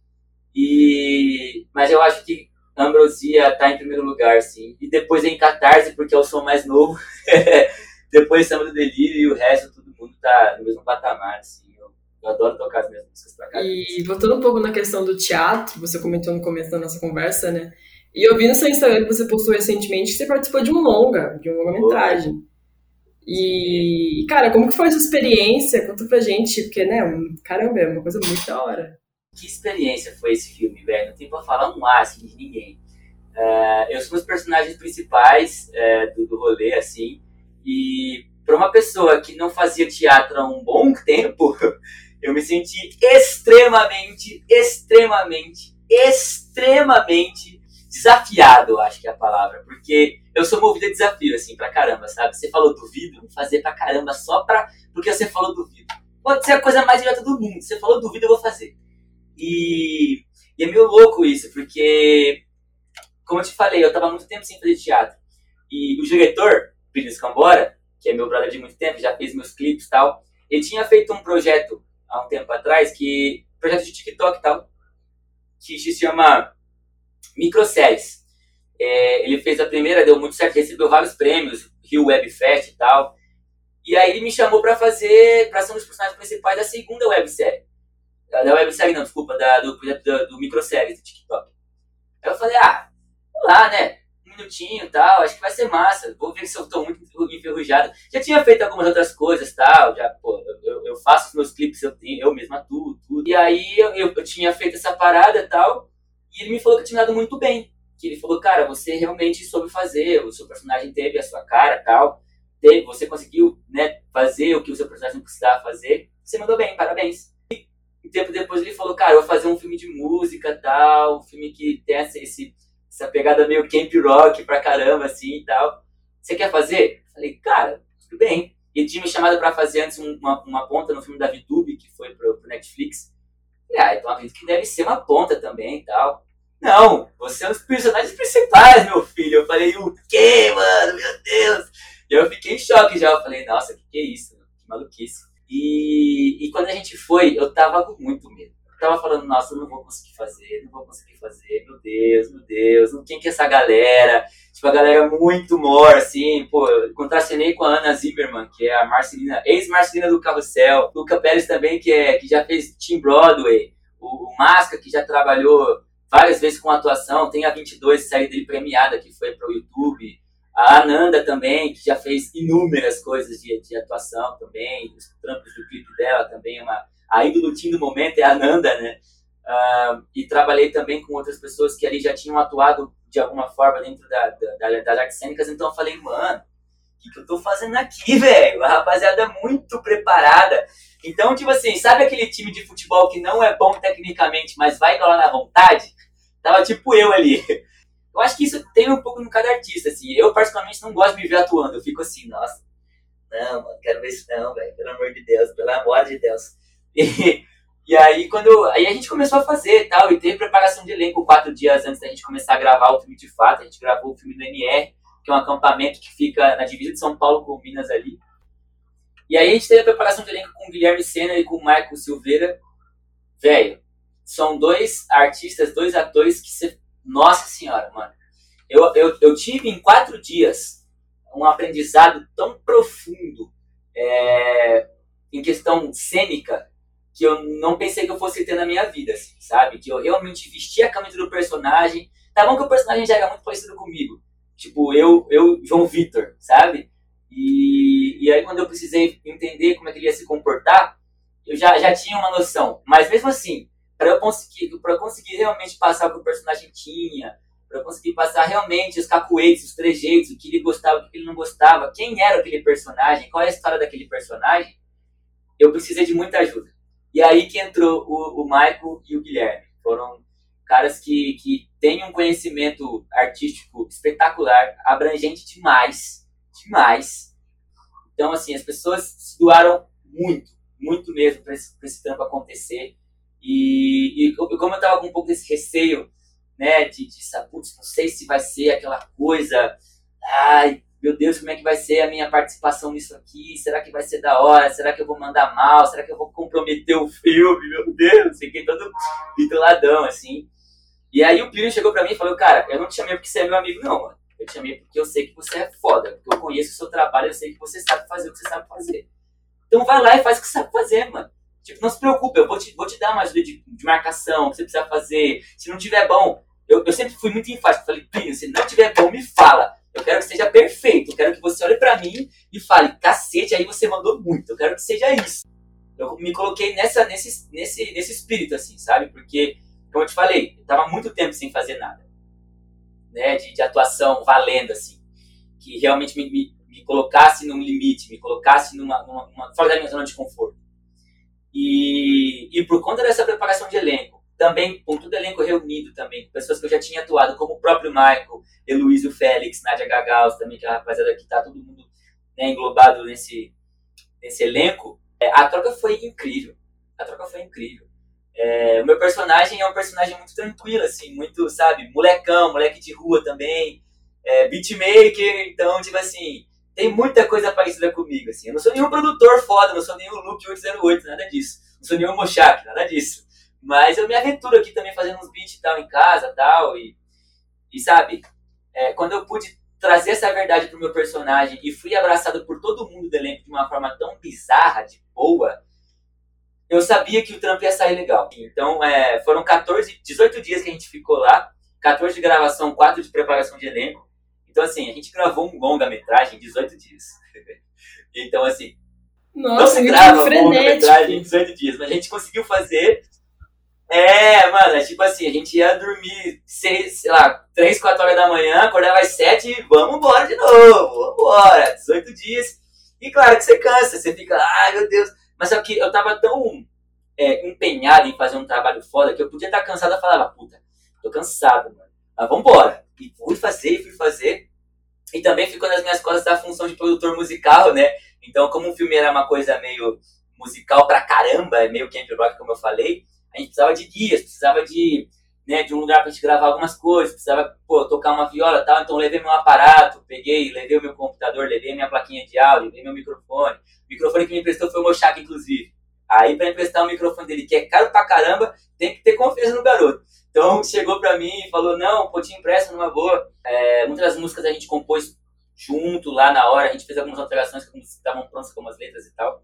[SPEAKER 4] E... Mas eu acho que Ambrosia tá em primeiro lugar, sim. E depois em Catarse, porque é o som mais novo. Depois Samba do Delírio e o resto, todo mundo tá no mesmo patamar, assim. Eu, eu adoro tocar as minhas músicas pra cá.
[SPEAKER 3] E voltando um pouco na questão do teatro, você comentou no começo da nossa conversa, né? E eu vi no seu Instagram que você postou recentemente que você participou de um longa, de uma longa-metragem. E, cara, como que foi essa experiência? Conta pra gente, porque, né, caramba, é uma coisa muito da hora.
[SPEAKER 4] Que experiência foi esse filme, velho? Não tem pra falar um ar, assim, de ninguém. Uh, eu sou um dos personagens principais uh, do, do rolê, assim, e pra uma pessoa que não fazia teatro há um bom tempo, eu me senti extremamente, extremamente, extremamente desafiado, eu acho que é a palavra, porque eu sou movido a desafio, assim, pra caramba, sabe? Você falou duvido, vou fazer pra caramba só pra... porque você falou duvido. Pode ser a coisa mais direta do mundo, você falou duvido, eu vou fazer. E, e é meio louco isso, porque, como eu te falei, eu tava há muito tempo sem fazer teatro. E o diretor, Pires Cambora, que é meu brother de muito tempo, já fez meus clipes e tal, ele tinha feito um projeto há um tempo atrás, que projeto de TikTok e tal, que se chama Microséries. É, ele fez a primeira, deu muito certo, recebeu vários prêmios, Rio Web Fest e tal. E aí ele me chamou pra fazer, pra ser um dos personagens principais da segunda websérie. Da websérie não, desculpa, da, do projeto do, do Microséries do TikTok. Aí eu falei, ah, vamos lá, né? Um minutinho e tal, acho que vai ser massa. Vou ver se eu tô muito enferrujado. Já tinha feito algumas outras coisas e tal, já, pô, eu, eu faço os meus clipes, eu, tenho, eu mesmo atuo, tudo. E aí eu, eu, eu tinha feito essa parada e tal, e ele me falou que eu tinha dado muito bem. Que ele falou, cara, você realmente soube fazer, o seu personagem teve a sua cara e tal, teve, você conseguiu, né, fazer o que o seu personagem precisava fazer, você mandou bem, parabéns. E um tempo depois ele falou, cara, eu vou fazer um filme de música e tal, um filme que tem essa, esse, essa pegada meio camp rock pra caramba, assim e tal. Você quer fazer? Eu falei, cara, tudo bem. Ele tinha me chamado pra fazer antes uma, uma ponta no filme da VTube, que foi pro, pro Netflix. Eu falei, ah, então acredito que deve ser uma ponta também e tal. Não, você é um dos personagens principais, meu filho. Eu falei, o quê, mano? Meu Deus! E eu fiquei em choque já. Eu falei, nossa, que que é isso? Que maluquice. E, e quando a gente foi, eu tava com muito medo. Eu tava falando, nossa, eu não vou conseguir fazer, não vou conseguir fazer. Meu Deus, meu Deus. Quem que é essa galera? Tipo, a galera muito more, assim. Pô, eu contracenei com a Ana Zimmerman, que é a Marcelina, ex-Marcelina do Carrossel. Luca Pérez também, que, é, que já fez Team Broadway. O, o Masca, que já trabalhou várias vezes com atuação, tem a vinte e dois, série dele premiada, que foi para o YouTube. A Ananda também, que já fez inúmeras coisas de, de atuação também, os trampos do clipe dela também, uma, a ídolo do momento é a Ananda, né? Uh, e trabalhei também com outras pessoas que ali já tinham atuado de alguma forma dentro da, da, das artes cênicas, então eu falei, mano, o que, que eu tô fazendo aqui, velho? A rapaziada é muito preparada. Então, tipo assim, sabe aquele time de futebol que não é bom tecnicamente, mas vai lá na vontade? Tava tipo eu ali. Eu acho que isso tem um pouco no cada artista, assim. Eu, particularmente, não gosto de me ver atuando. Eu fico assim, nossa, não, mano, quero ver isso não, velho. Pelo amor de Deus, pelo amor de Deus. E, e aí, quando... Aí a gente começou a fazer e tal, e teve preparação de elenco quatro dias antes da gente começar a gravar o filme de fato. A gente gravou o filme do N R, que é um acampamento que fica na divisa de São Paulo com Minas ali. E aí a gente teve a preparação de elenco com o Guilherme Senna e com o Michael Silveira. Velho, são dois artistas, dois atores que você... Nossa senhora, mano. Eu, eu, eu tive em quatro dias um aprendizado tão profundo é, em questão cênica que eu não pensei que eu fosse ter na minha vida, assim, sabe? Que eu realmente vesti a camisa do personagem. Tá bom que o personagem já era muito parecido comigo. Tipo, eu, eu João Vitor, sabe? E, e aí quando eu precisei entender como é que ele ia se comportar, eu já, já tinha uma noção. Mas mesmo assim, para eu conseguir, para eu conseguir realmente passar o que o personagem tinha, para eu conseguir passar realmente os cacuetes, os trejeitos, o que ele gostava, o que ele não gostava, quem era aquele personagem, qual é a história daquele personagem, eu precisei de muita ajuda. E aí que entrou o, o Michael e o Guilherme. Foram caras que, que têm um conhecimento artístico espetacular, abrangente demais, demais. Então, assim, as pessoas se doaram muito, muito mesmo para esse, esse trampo acontecer. E, e como eu tava com um pouco desse receio, né, de, de putz, não sei se vai ser aquela coisa, ai, meu Deus, como é que vai ser a minha participação nisso aqui? Será que vai ser da hora? Será que eu vou mandar mal? Será que eu vou comprometer o filme? Meu Deus, fiquei todo bitoladão, assim. E aí o Plínio chegou pra mim e falou, cara, eu não te chamei porque você é meu amigo, não, mano. Eu te chamei porque eu sei que você é foda, porque eu conheço o seu trabalho, eu sei que você sabe fazer o que você sabe fazer. Então vai lá e faz o que você sabe fazer, mano. Tipo, não se preocupe, eu vou te, vou te dar uma ajuda de, de marcação, que você precisa fazer. Se não tiver bom, eu, eu sempre fui muito enfático. Falei, Plínio, se não tiver bom, me fala. Eu quero que seja perfeito. Eu quero que você olhe pra mim e fale, cacete, aí você mandou muito. Eu quero que seja isso. Eu me coloquei nessa, nesse, nesse, nesse espírito, assim, sabe? Porque, como eu te falei, eu tava muito tempo sem fazer nada. Né? De, de atuação valendo, assim. Que realmente me, me, me colocasse num limite, me colocasse numa, numa, numa, fora da minha zona de conforto. E, e por conta dessa preparação de elenco, também com todo elenco reunido também, pessoas que eu já tinha atuado, como o próprio Michael, Heloísio Félix, Nádia Gagaus, também, que é a rapaziada que tá todo mundo, né, englobado nesse, nesse elenco, é, a troca foi incrível, a troca foi incrível. É, o meu personagem é um personagem muito tranquilo, assim, muito, sabe, molecão, moleque de rua também, é, beatmaker, então, tipo assim, tem muita coisa parecida comigo, assim. Eu não sou nenhum produtor foda, não sou nenhum Luke oito zero oito, nada disso. Não sou nenhum Mochak, nada disso. Mas eu me aventuro aqui também fazendo uns beats e tal em casa e tal. E, e sabe, é, quando eu pude trazer essa verdade pro meu personagem e fui abraçado por todo mundo do elenco de uma forma tão bizarra, de boa, eu sabia que o trampo ia sair legal. Então, é, foram quatorze, dezoito dias que a gente ficou lá. quatorze de gravação, quatro de preparação de elenco. Então, assim, a gente gravou um longa-metragem em dezoito dias. Então, assim,
[SPEAKER 3] Nossa,
[SPEAKER 4] não se grava um longa-metragem em dezoito dias, mas a gente conseguiu fazer. É, mano, é tipo assim, a gente ia dormir, seis, sei lá, três, quatro horas da manhã, acordava às sete e vamos embora de novo, vamos embora, dezoito dias. E claro que você cansa, você fica, ai meu Deus. Mas só que eu tava tão é, empenhado em fazer um trabalho foda que eu podia estar cansado e falava, puta, tô cansado, mano, mas vambora. E fui fazer, fui fazer. E também ficou nas minhas costas a função de produtor musical, né? Então, como o filme era uma coisa meio musical pra caramba, meio camp rock, como eu falei, a gente precisava de guias, precisava de, né, de um lugar pra gente gravar algumas coisas, precisava, pô, tocar uma viola e tal, então levei meu aparato, peguei, levei o meu computador, levei minha plaquinha de áudio, levei meu microfone. O microfone que me emprestou foi o Mochak, inclusive. Aí, pra emprestar o microfone dele, que é caro pra caramba, tem que ter confiança no garoto. Então, chegou pra mim e falou, não, pô, te empresta numa boa. É, muitas das músicas a gente compôs junto, lá na hora, a gente fez algumas alterações que estavam prontas, como as letras e tal.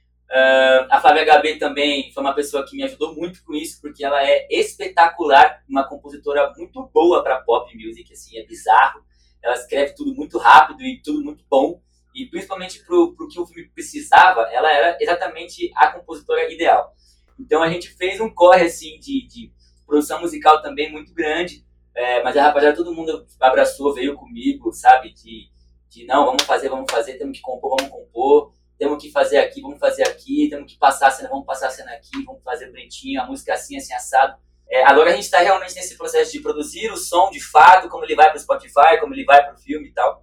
[SPEAKER 4] Uh, a Flávia Gabi também foi uma pessoa que me ajudou muito com isso, porque ela é espetacular, uma compositora muito boa para pop music, assim, é bizarro. Ela escreve tudo muito rápido e tudo muito bom, e principalmente pro, pro que o filme precisava, ela era exatamente a compositora ideal. Então a gente fez um corre, assim, de, de produção musical também muito grande, é, mas a rapaziada, todo mundo abraçou, veio comigo, sabe, de, de não, vamos fazer, vamos fazer, temos que compor, vamos compor. Temos que fazer aqui, vamos fazer aqui, temos que passar a cena, vamos passar a cena aqui, vamos fazer bonitinho, a música assim, assim, assado. É, agora a gente está realmente nesse processo de produzir o som de fato, como ele vai para o Spotify, como ele vai para o filme e tal.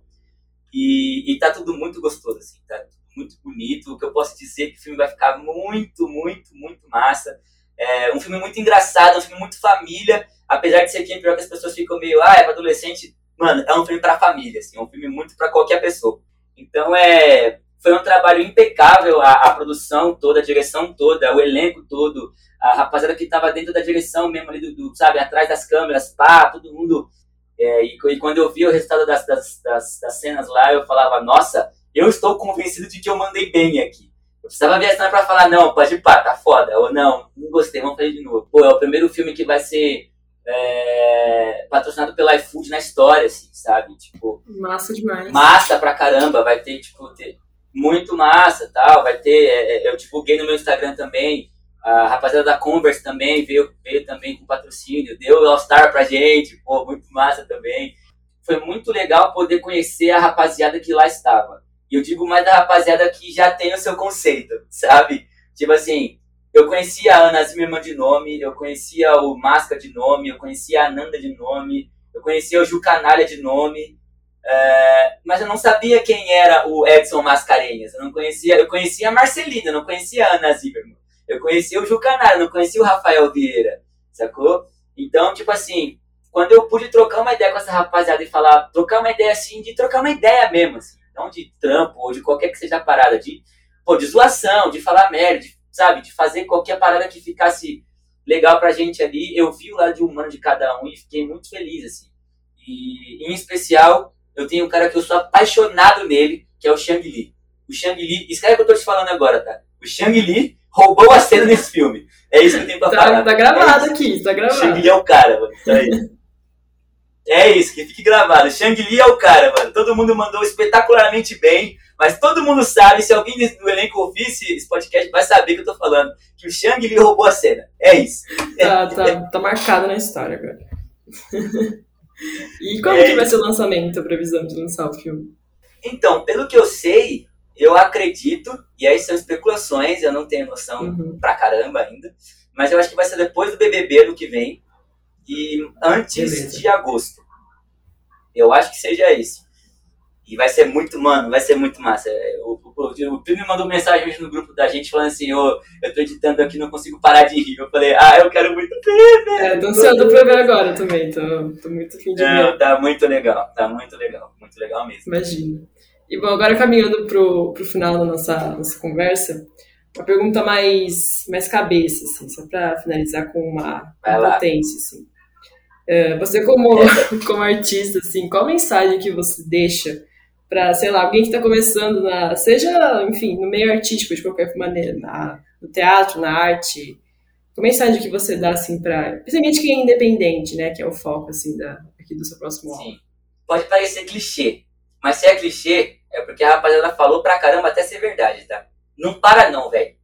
[SPEAKER 4] E, e tá tudo muito gostoso, assim, tá tudo muito bonito. O que eu posso dizer é que o filme vai ficar muito, muito, muito massa. É um filme muito engraçado, um filme muito família, apesar de ser que pior que as pessoas ficam meio, ah, é para adolescente. Mano, é um filme para família, assim, é um filme muito para qualquer pessoa. Então é... Foi um trabalho impecável, a, a produção toda, a direção toda, o elenco todo, a rapaziada que estava dentro da direção mesmo, ali do, do, sabe, atrás das câmeras, pá, todo mundo. É, e, e quando eu vi o resultado das, das, das, das cenas lá, eu falava, nossa, eu estou convencido de que eu mandei bem aqui. Eu precisava ver a cena pra falar, não, pode ir, pá, tá foda, ou não, não gostei, vamos fazer de novo. Pô, é o primeiro filme que vai ser é, patrocinado pela iFood na história, assim, sabe? Tipo,
[SPEAKER 3] massa demais.
[SPEAKER 4] Massa pra caramba, vai ter, tipo, ter... muito massa, tal, vai ter, é, eu divulguei no meu Instagram também, a rapaziada da Converse também veio, veio também com patrocínio, deu All-Star pra gente, pô, muito massa também. Foi muito legal poder conhecer a rapaziada que lá estava. E eu digo mais da rapaziada que já tem o seu conceito, sabe? Tipo assim, eu conhecia a Ana Zimmermann de nome, eu conhecia o Masca de nome, eu conhecia a Ananda de nome, eu conhecia o Ju Canalha de nome, Uh, mas eu não sabia quem era o Edson Mascarenhas. Eu não conhecia, eu conhecia a Marcelina, eu não conhecia a Ana Zimmermann. Eu conhecia o Ju Canara, não conhecia o Rafael Vieira, sacou? Então, tipo assim, quando eu pude trocar uma ideia com essa rapaziada e falar, trocar uma ideia assim, de trocar uma ideia mesmo, assim, não de trampo ou de qualquer que seja a parada, de, pô, de zoação, de falar merda, de, sabe, de fazer qualquer parada que ficasse legal pra gente ali. Eu vi o lado de humano de cada um e fiquei muito feliz, assim. E, em especial, eu tenho um cara que eu sou apaixonado nele, que é o Shang Li. O Shang Li, escreve o que eu tô te falando agora, tá? O Shang Li roubou a cena nesse filme. É isso que eu tenho pra
[SPEAKER 3] tá,
[SPEAKER 4] falar.
[SPEAKER 3] Tá gravado é aqui, tá gravado.
[SPEAKER 4] O Shang Li é o cara, mano. Tá aí. É isso, que fique gravado. O Shang Li é o cara, mano. Todo mundo mandou espetacularmente bem, mas todo mundo sabe, se alguém do elenco ouvir esse podcast, vai saber que eu tô falando, que o Shang Li roubou a cena. É isso.
[SPEAKER 3] Tá, tá, tá marcado na história agora. E como
[SPEAKER 4] é
[SPEAKER 3] que vai ser o lançamento, a previsão de lançar o filme?
[SPEAKER 4] Então, pelo que eu sei, eu acredito, e aí são especulações, eu não tenho noção
[SPEAKER 3] Uhum.
[SPEAKER 4] pra caramba ainda, mas eu acho que vai ser depois do B B B do que vem, e antes
[SPEAKER 3] Beleza.
[SPEAKER 4] de agosto. Eu acho que seja isso. E vai ser muito, mano, vai ser muito massa. O, o, o Pino mandou mensagem hoje no grupo da gente falando assim, ô, eu tô editando aqui, não consigo parar de rir. Eu falei, ah, eu quero muito ver, velho.
[SPEAKER 3] É, tô ansiosa pra ver agora também, tô, tô muito afim de
[SPEAKER 4] Não,
[SPEAKER 3] ver,
[SPEAKER 4] tá muito legal, tá muito legal, muito legal mesmo.
[SPEAKER 3] imagina. E bom, agora caminhando pro, pro final da nossa, nossa conversa, uma pergunta mais, mais cabeça, assim, só pra finalizar com uma
[SPEAKER 4] Vai lá.
[SPEAKER 3] potência, assim. É, você como, como artista, assim, qual mensagem que você deixa para, sei lá, alguém que está começando, na, seja, enfim, no meio artístico, de qualquer maneira, na, no teatro, na arte, Qual mensagem que você dá, assim, pra... Principalmente quem é independente, né? Que é o foco, assim, da, aqui do seu próximo álbum.
[SPEAKER 4] Sim. Pode parecer clichê, mas se é clichê, é porque a rapaziada falou pra caramba até ser verdade, tá? Não para não, velho.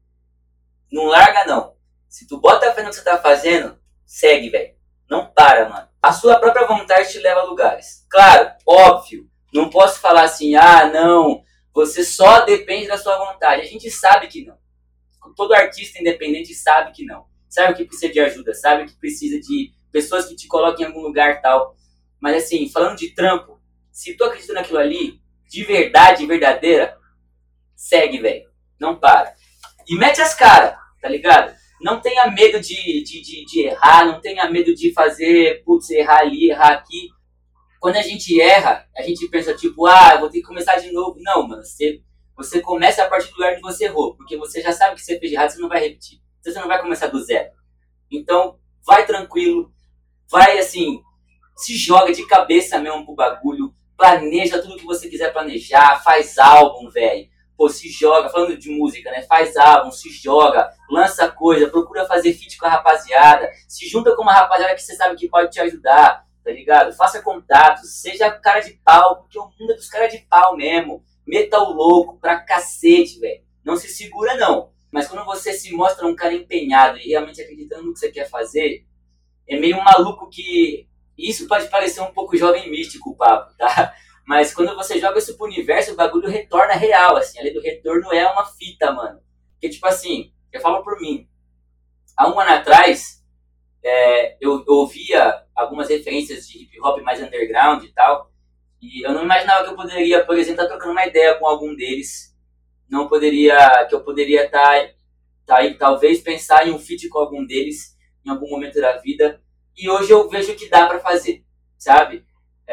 [SPEAKER 4] Não larga não. Se tu bota a fé no que você tá fazendo, segue, velho. Não para, mano. A sua própria vontade te leva a lugares. Claro, óbvio. Não posso falar assim, ah, não, você só depende da sua vontade. A gente sabe que não. Todo artista independente sabe que não. Sabe que precisa de ajuda, sabe que precisa de pessoas que te coloquem em algum lugar e tal. Mas assim, falando de trampo, se tu acredita naquilo ali, de verdade, verdadeira, segue, velho. Não para. E mete as caras, tá ligado? Não tenha medo de, de, de, de errar, não tenha medo de fazer, putz, errar ali, errar aqui. Quando a gente erra, a gente pensa tipo, ah, vou ter que começar de novo. Não, mano, você, você começa a partir do lugar onde você errou, porque você já sabe que você fez de errado, você não vai repetir. Você não vai começar do zero. Então, vai tranquilo, vai assim, se joga de cabeça mesmo pro bagulho, planeja tudo que você quiser planejar, faz álbum, velho. Pô, se joga, falando de música, né? Faz álbum, se joga, lança coisa, procura fazer feat com a rapaziada, se junta com uma rapaziada que você sabe que pode te ajudar, tá ligado? Faça contatos, seja cara de pau, porque o mundo é dos caras de pau mesmo. Meta o louco pra cacete, velho. Não se segura, não. Mas quando você se mostra um cara empenhado e realmente acreditando no que você quer fazer, é meio maluco que... Isso pode parecer um pouco jovem místico o papo, tá? Mas quando você joga isso pro universo, o bagulho retorna real, assim. A lei do retorno é uma fita, mano. Porque, tipo assim, eu falo por mim. Há um ano atrás, é, eu, eu ouvia algumas referências de hip hop mais underground e tal. E eu não imaginava que eu poderia, por exemplo, estar trocando uma ideia com algum deles. Não poderia, que eu poderia estar, tá aí, talvez pensar em um feat com algum deles em algum momento da vida. E hoje eu vejo que dá pra fazer, sabe?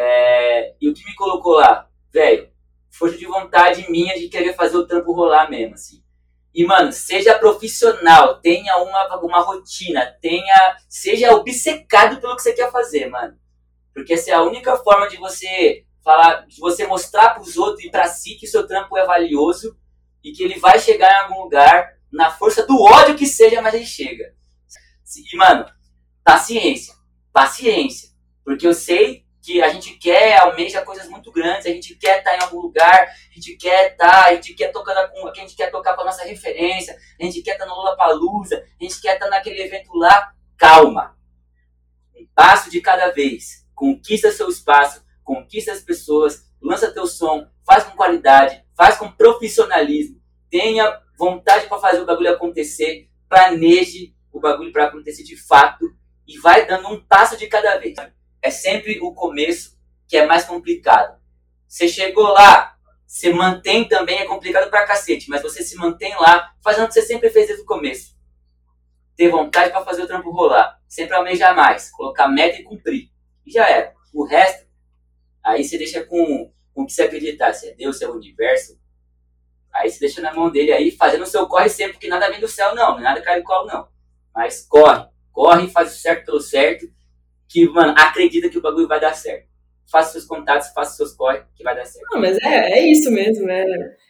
[SPEAKER 4] É, e o que me colocou lá? Velho, força de vontade minha de querer fazer o trampo rolar mesmo, assim. E, mano, seja profissional, tenha uma, uma rotina, tenha, seja obcecado pelo que você quer fazer, mano. Porque essa é a única forma de você falar, de você mostrar pros outros e pra si que seu trampo é valioso e que ele vai chegar em algum lugar, na força do ódio que seja, mas ele chega. E, mano, paciência, paciência. Porque eu sei que a gente quer, almeja coisas muito grandes, a gente quer estar em algum lugar, a gente quer estar, a gente quer tocar com, a gente quer tocar com a nossa referência, a gente quer estar no Lollapalooza, a gente quer estar naquele evento lá. Calma. Um passo de cada vez. Conquista seu espaço, conquista as pessoas, lança teu som, faz com qualidade, faz com profissionalismo, tenha vontade para fazer o bagulho acontecer, planeje o bagulho para acontecer de fato e vai dando um passo de cada vez. É sempre o começo que é mais complicado. Você chegou lá, você mantém também, é complicado pra cacete, mas você se mantém lá, fazendo o que você sempre fez desde o começo. Ter vontade pra fazer o trampo rolar. Sempre almejar mais, colocar meta e cumprir. E já era. O resto, aí você deixa com, com o que você acreditar. Se é Deus, se é o universo, aí você deixa na mão dele aí, fazendo o seu corre sempre, porque nada vem do céu não, nada cai do colo não. Mas corre, corre, faz o certo pelo certo, que, mano, acredita que o bagulho vai dar certo. Faça seus contatos, faça seus corre, que vai dar certo.
[SPEAKER 3] Não, mas é, é isso mesmo, né?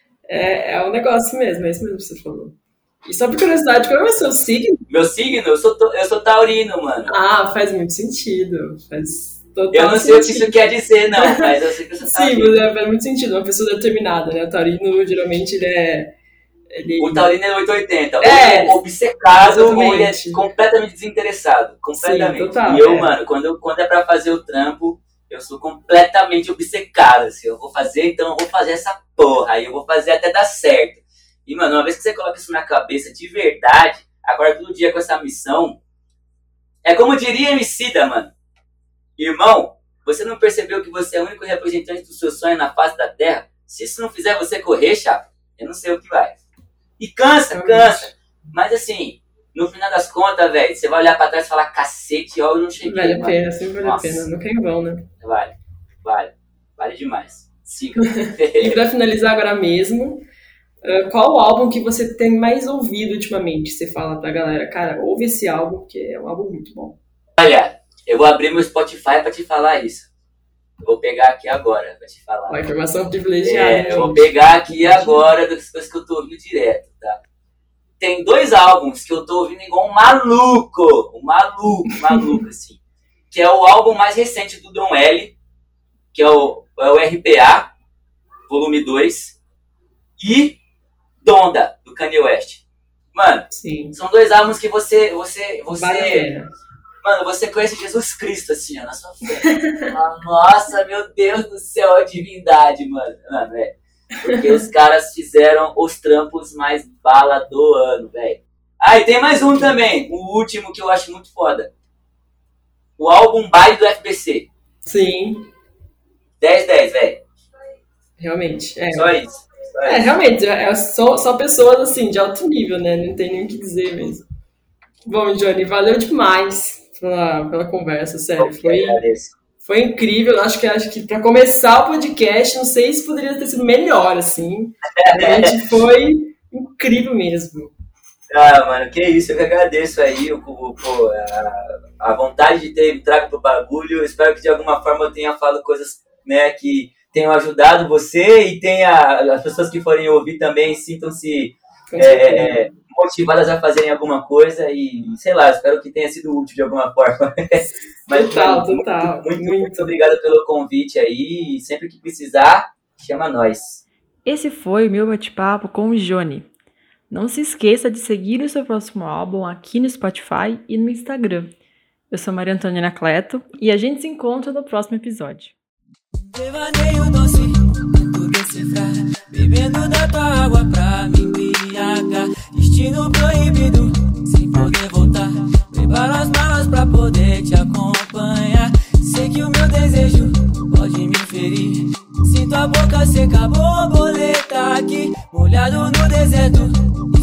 [SPEAKER 3] É, é um negócio mesmo, é isso mesmo que você falou. E só por curiosidade, qual é o seu signo?
[SPEAKER 4] Meu signo? Eu sou, eu sou taurino, mano.
[SPEAKER 3] Ah, faz muito sentido. Faz total
[SPEAKER 4] Eu não sei
[SPEAKER 3] sentido.
[SPEAKER 4] o que isso quer dizer, não, mas eu sei que eu sou taurino.
[SPEAKER 3] Sim, mas é, faz muito sentido. Uma pessoa determinada, né? O taurino, geralmente, ele é... Ele...
[SPEAKER 4] O taurino é oitocentos e oitenta. Ou
[SPEAKER 3] É,
[SPEAKER 4] ele é obcecado, ou ele é
[SPEAKER 3] exatamente.
[SPEAKER 4] completamente desinteressado. Completamente.
[SPEAKER 3] Sim, total,
[SPEAKER 4] e eu,
[SPEAKER 3] é.
[SPEAKER 4] mano, quando, eu, quando é pra fazer o trampo, eu sou completamente obcecado. Assim, eu vou fazer, então eu vou fazer essa porra. Aí eu vou fazer até dar certo. E, mano, uma vez que você coloca isso na cabeça de verdade, agora todo dia com essa missão, é como diria Emicida, mano. Irmão, você não percebeu que você é o único representante do seu sonho na face da Terra? Se isso não fizer você correr, chapa, eu não sei o que vai. E cansa, cansa. Mas assim, no final das contas, velho, você vai olhar pra trás e falar, cacete, ó, eu não cheguei.
[SPEAKER 3] Vale a
[SPEAKER 4] mano.
[SPEAKER 3] pena, sempre vale
[SPEAKER 4] Nossa.
[SPEAKER 3] a pena. Nunca é em vão, né?
[SPEAKER 4] Vale, vale. Vale demais. Siga.
[SPEAKER 3] E pra finalizar agora mesmo, uh, qual o álbum que você tem mais ouvido ultimamente? Você fala pra galera, cara, ouve esse álbum, porque é um álbum muito bom.
[SPEAKER 4] Olha, eu vou abrir meu Spotify pra te falar isso. Eu vou pegar aqui agora pra te falar.
[SPEAKER 3] Ó, informação privilegiada,
[SPEAKER 4] É,
[SPEAKER 3] né,
[SPEAKER 4] eu vou
[SPEAKER 3] gente?
[SPEAKER 4] pegar aqui agora das coisas que eu tô ouvindo direto, tá? tem dois álbuns que eu tô ouvindo igual um maluco, um maluco, maluco, assim. Que é o álbum mais recente do Dom L, que é o, é o R P A, volume dois, e Donda, do Kanye West. Mano,
[SPEAKER 3] Sim.
[SPEAKER 4] São dois álbuns que você, você, você,
[SPEAKER 3] Vale
[SPEAKER 4] mano, você conhece Jesus Cristo, assim, ó, na sua frente. Fala, nossa, meu Deus do céu, a divindade, mano. Mano, é. Porque os caras fizeram os trampos mais bala do ano, velho. Ah, e tem mais um também, o último que eu acho muito foda. O álbum Baile do F B C.
[SPEAKER 3] Sim.
[SPEAKER 4] dez dez, velho.
[SPEAKER 3] Realmente. É.
[SPEAKER 4] Só isso. Só
[SPEAKER 3] É,
[SPEAKER 4] isso.
[SPEAKER 3] realmente, é só, só pessoas assim, de alto nível, né? Não tem nem o que dizer mesmo. Bom, Johnny, valeu demais pela, pela conversa, sério.
[SPEAKER 4] Eu que
[SPEAKER 3] Foi,
[SPEAKER 4] agradeço.
[SPEAKER 3] foi incrível. Acho que, acho que para começar o podcast, não sei se poderia ter sido melhor, assim. Realmente foi incrível mesmo.
[SPEAKER 4] Ah, mano, que isso, eu que agradeço aí o, o, o, a, a vontade de ter me trago pro bagulho. Eu espero que de alguma forma eu tenha falado coisas, né, que tenham ajudado você e tenha as pessoas que forem ouvir também sintam-se é, é, motivadas a fazerem alguma coisa e, sei lá, espero que tenha sido útil de alguma forma. Mas,
[SPEAKER 3] Total,
[SPEAKER 4] mano,
[SPEAKER 3] total.
[SPEAKER 4] Muito, muito,
[SPEAKER 3] Muito.
[SPEAKER 4] muito obrigado pelo convite aí e sempre que precisar, chama nós.
[SPEAKER 1] Esse foi o meu bate-papo com o Johnny. Não se esqueça de seguir o seu próximo álbum aqui no Spotify e no Instagram. Eu sou Maria Antônia Anacleto e a gente se encontra no próximo episódio.
[SPEAKER 2] Devaneio doce, tento decifrar, bebendo da tua água pra me embriagar. Destino proibido, sem poder voltar. Preparo as malas pra poder te acompanhar. Sei que o meu desejo pode me ferir. Sinto a boca seca, borboleta aqui, molhado no deserto.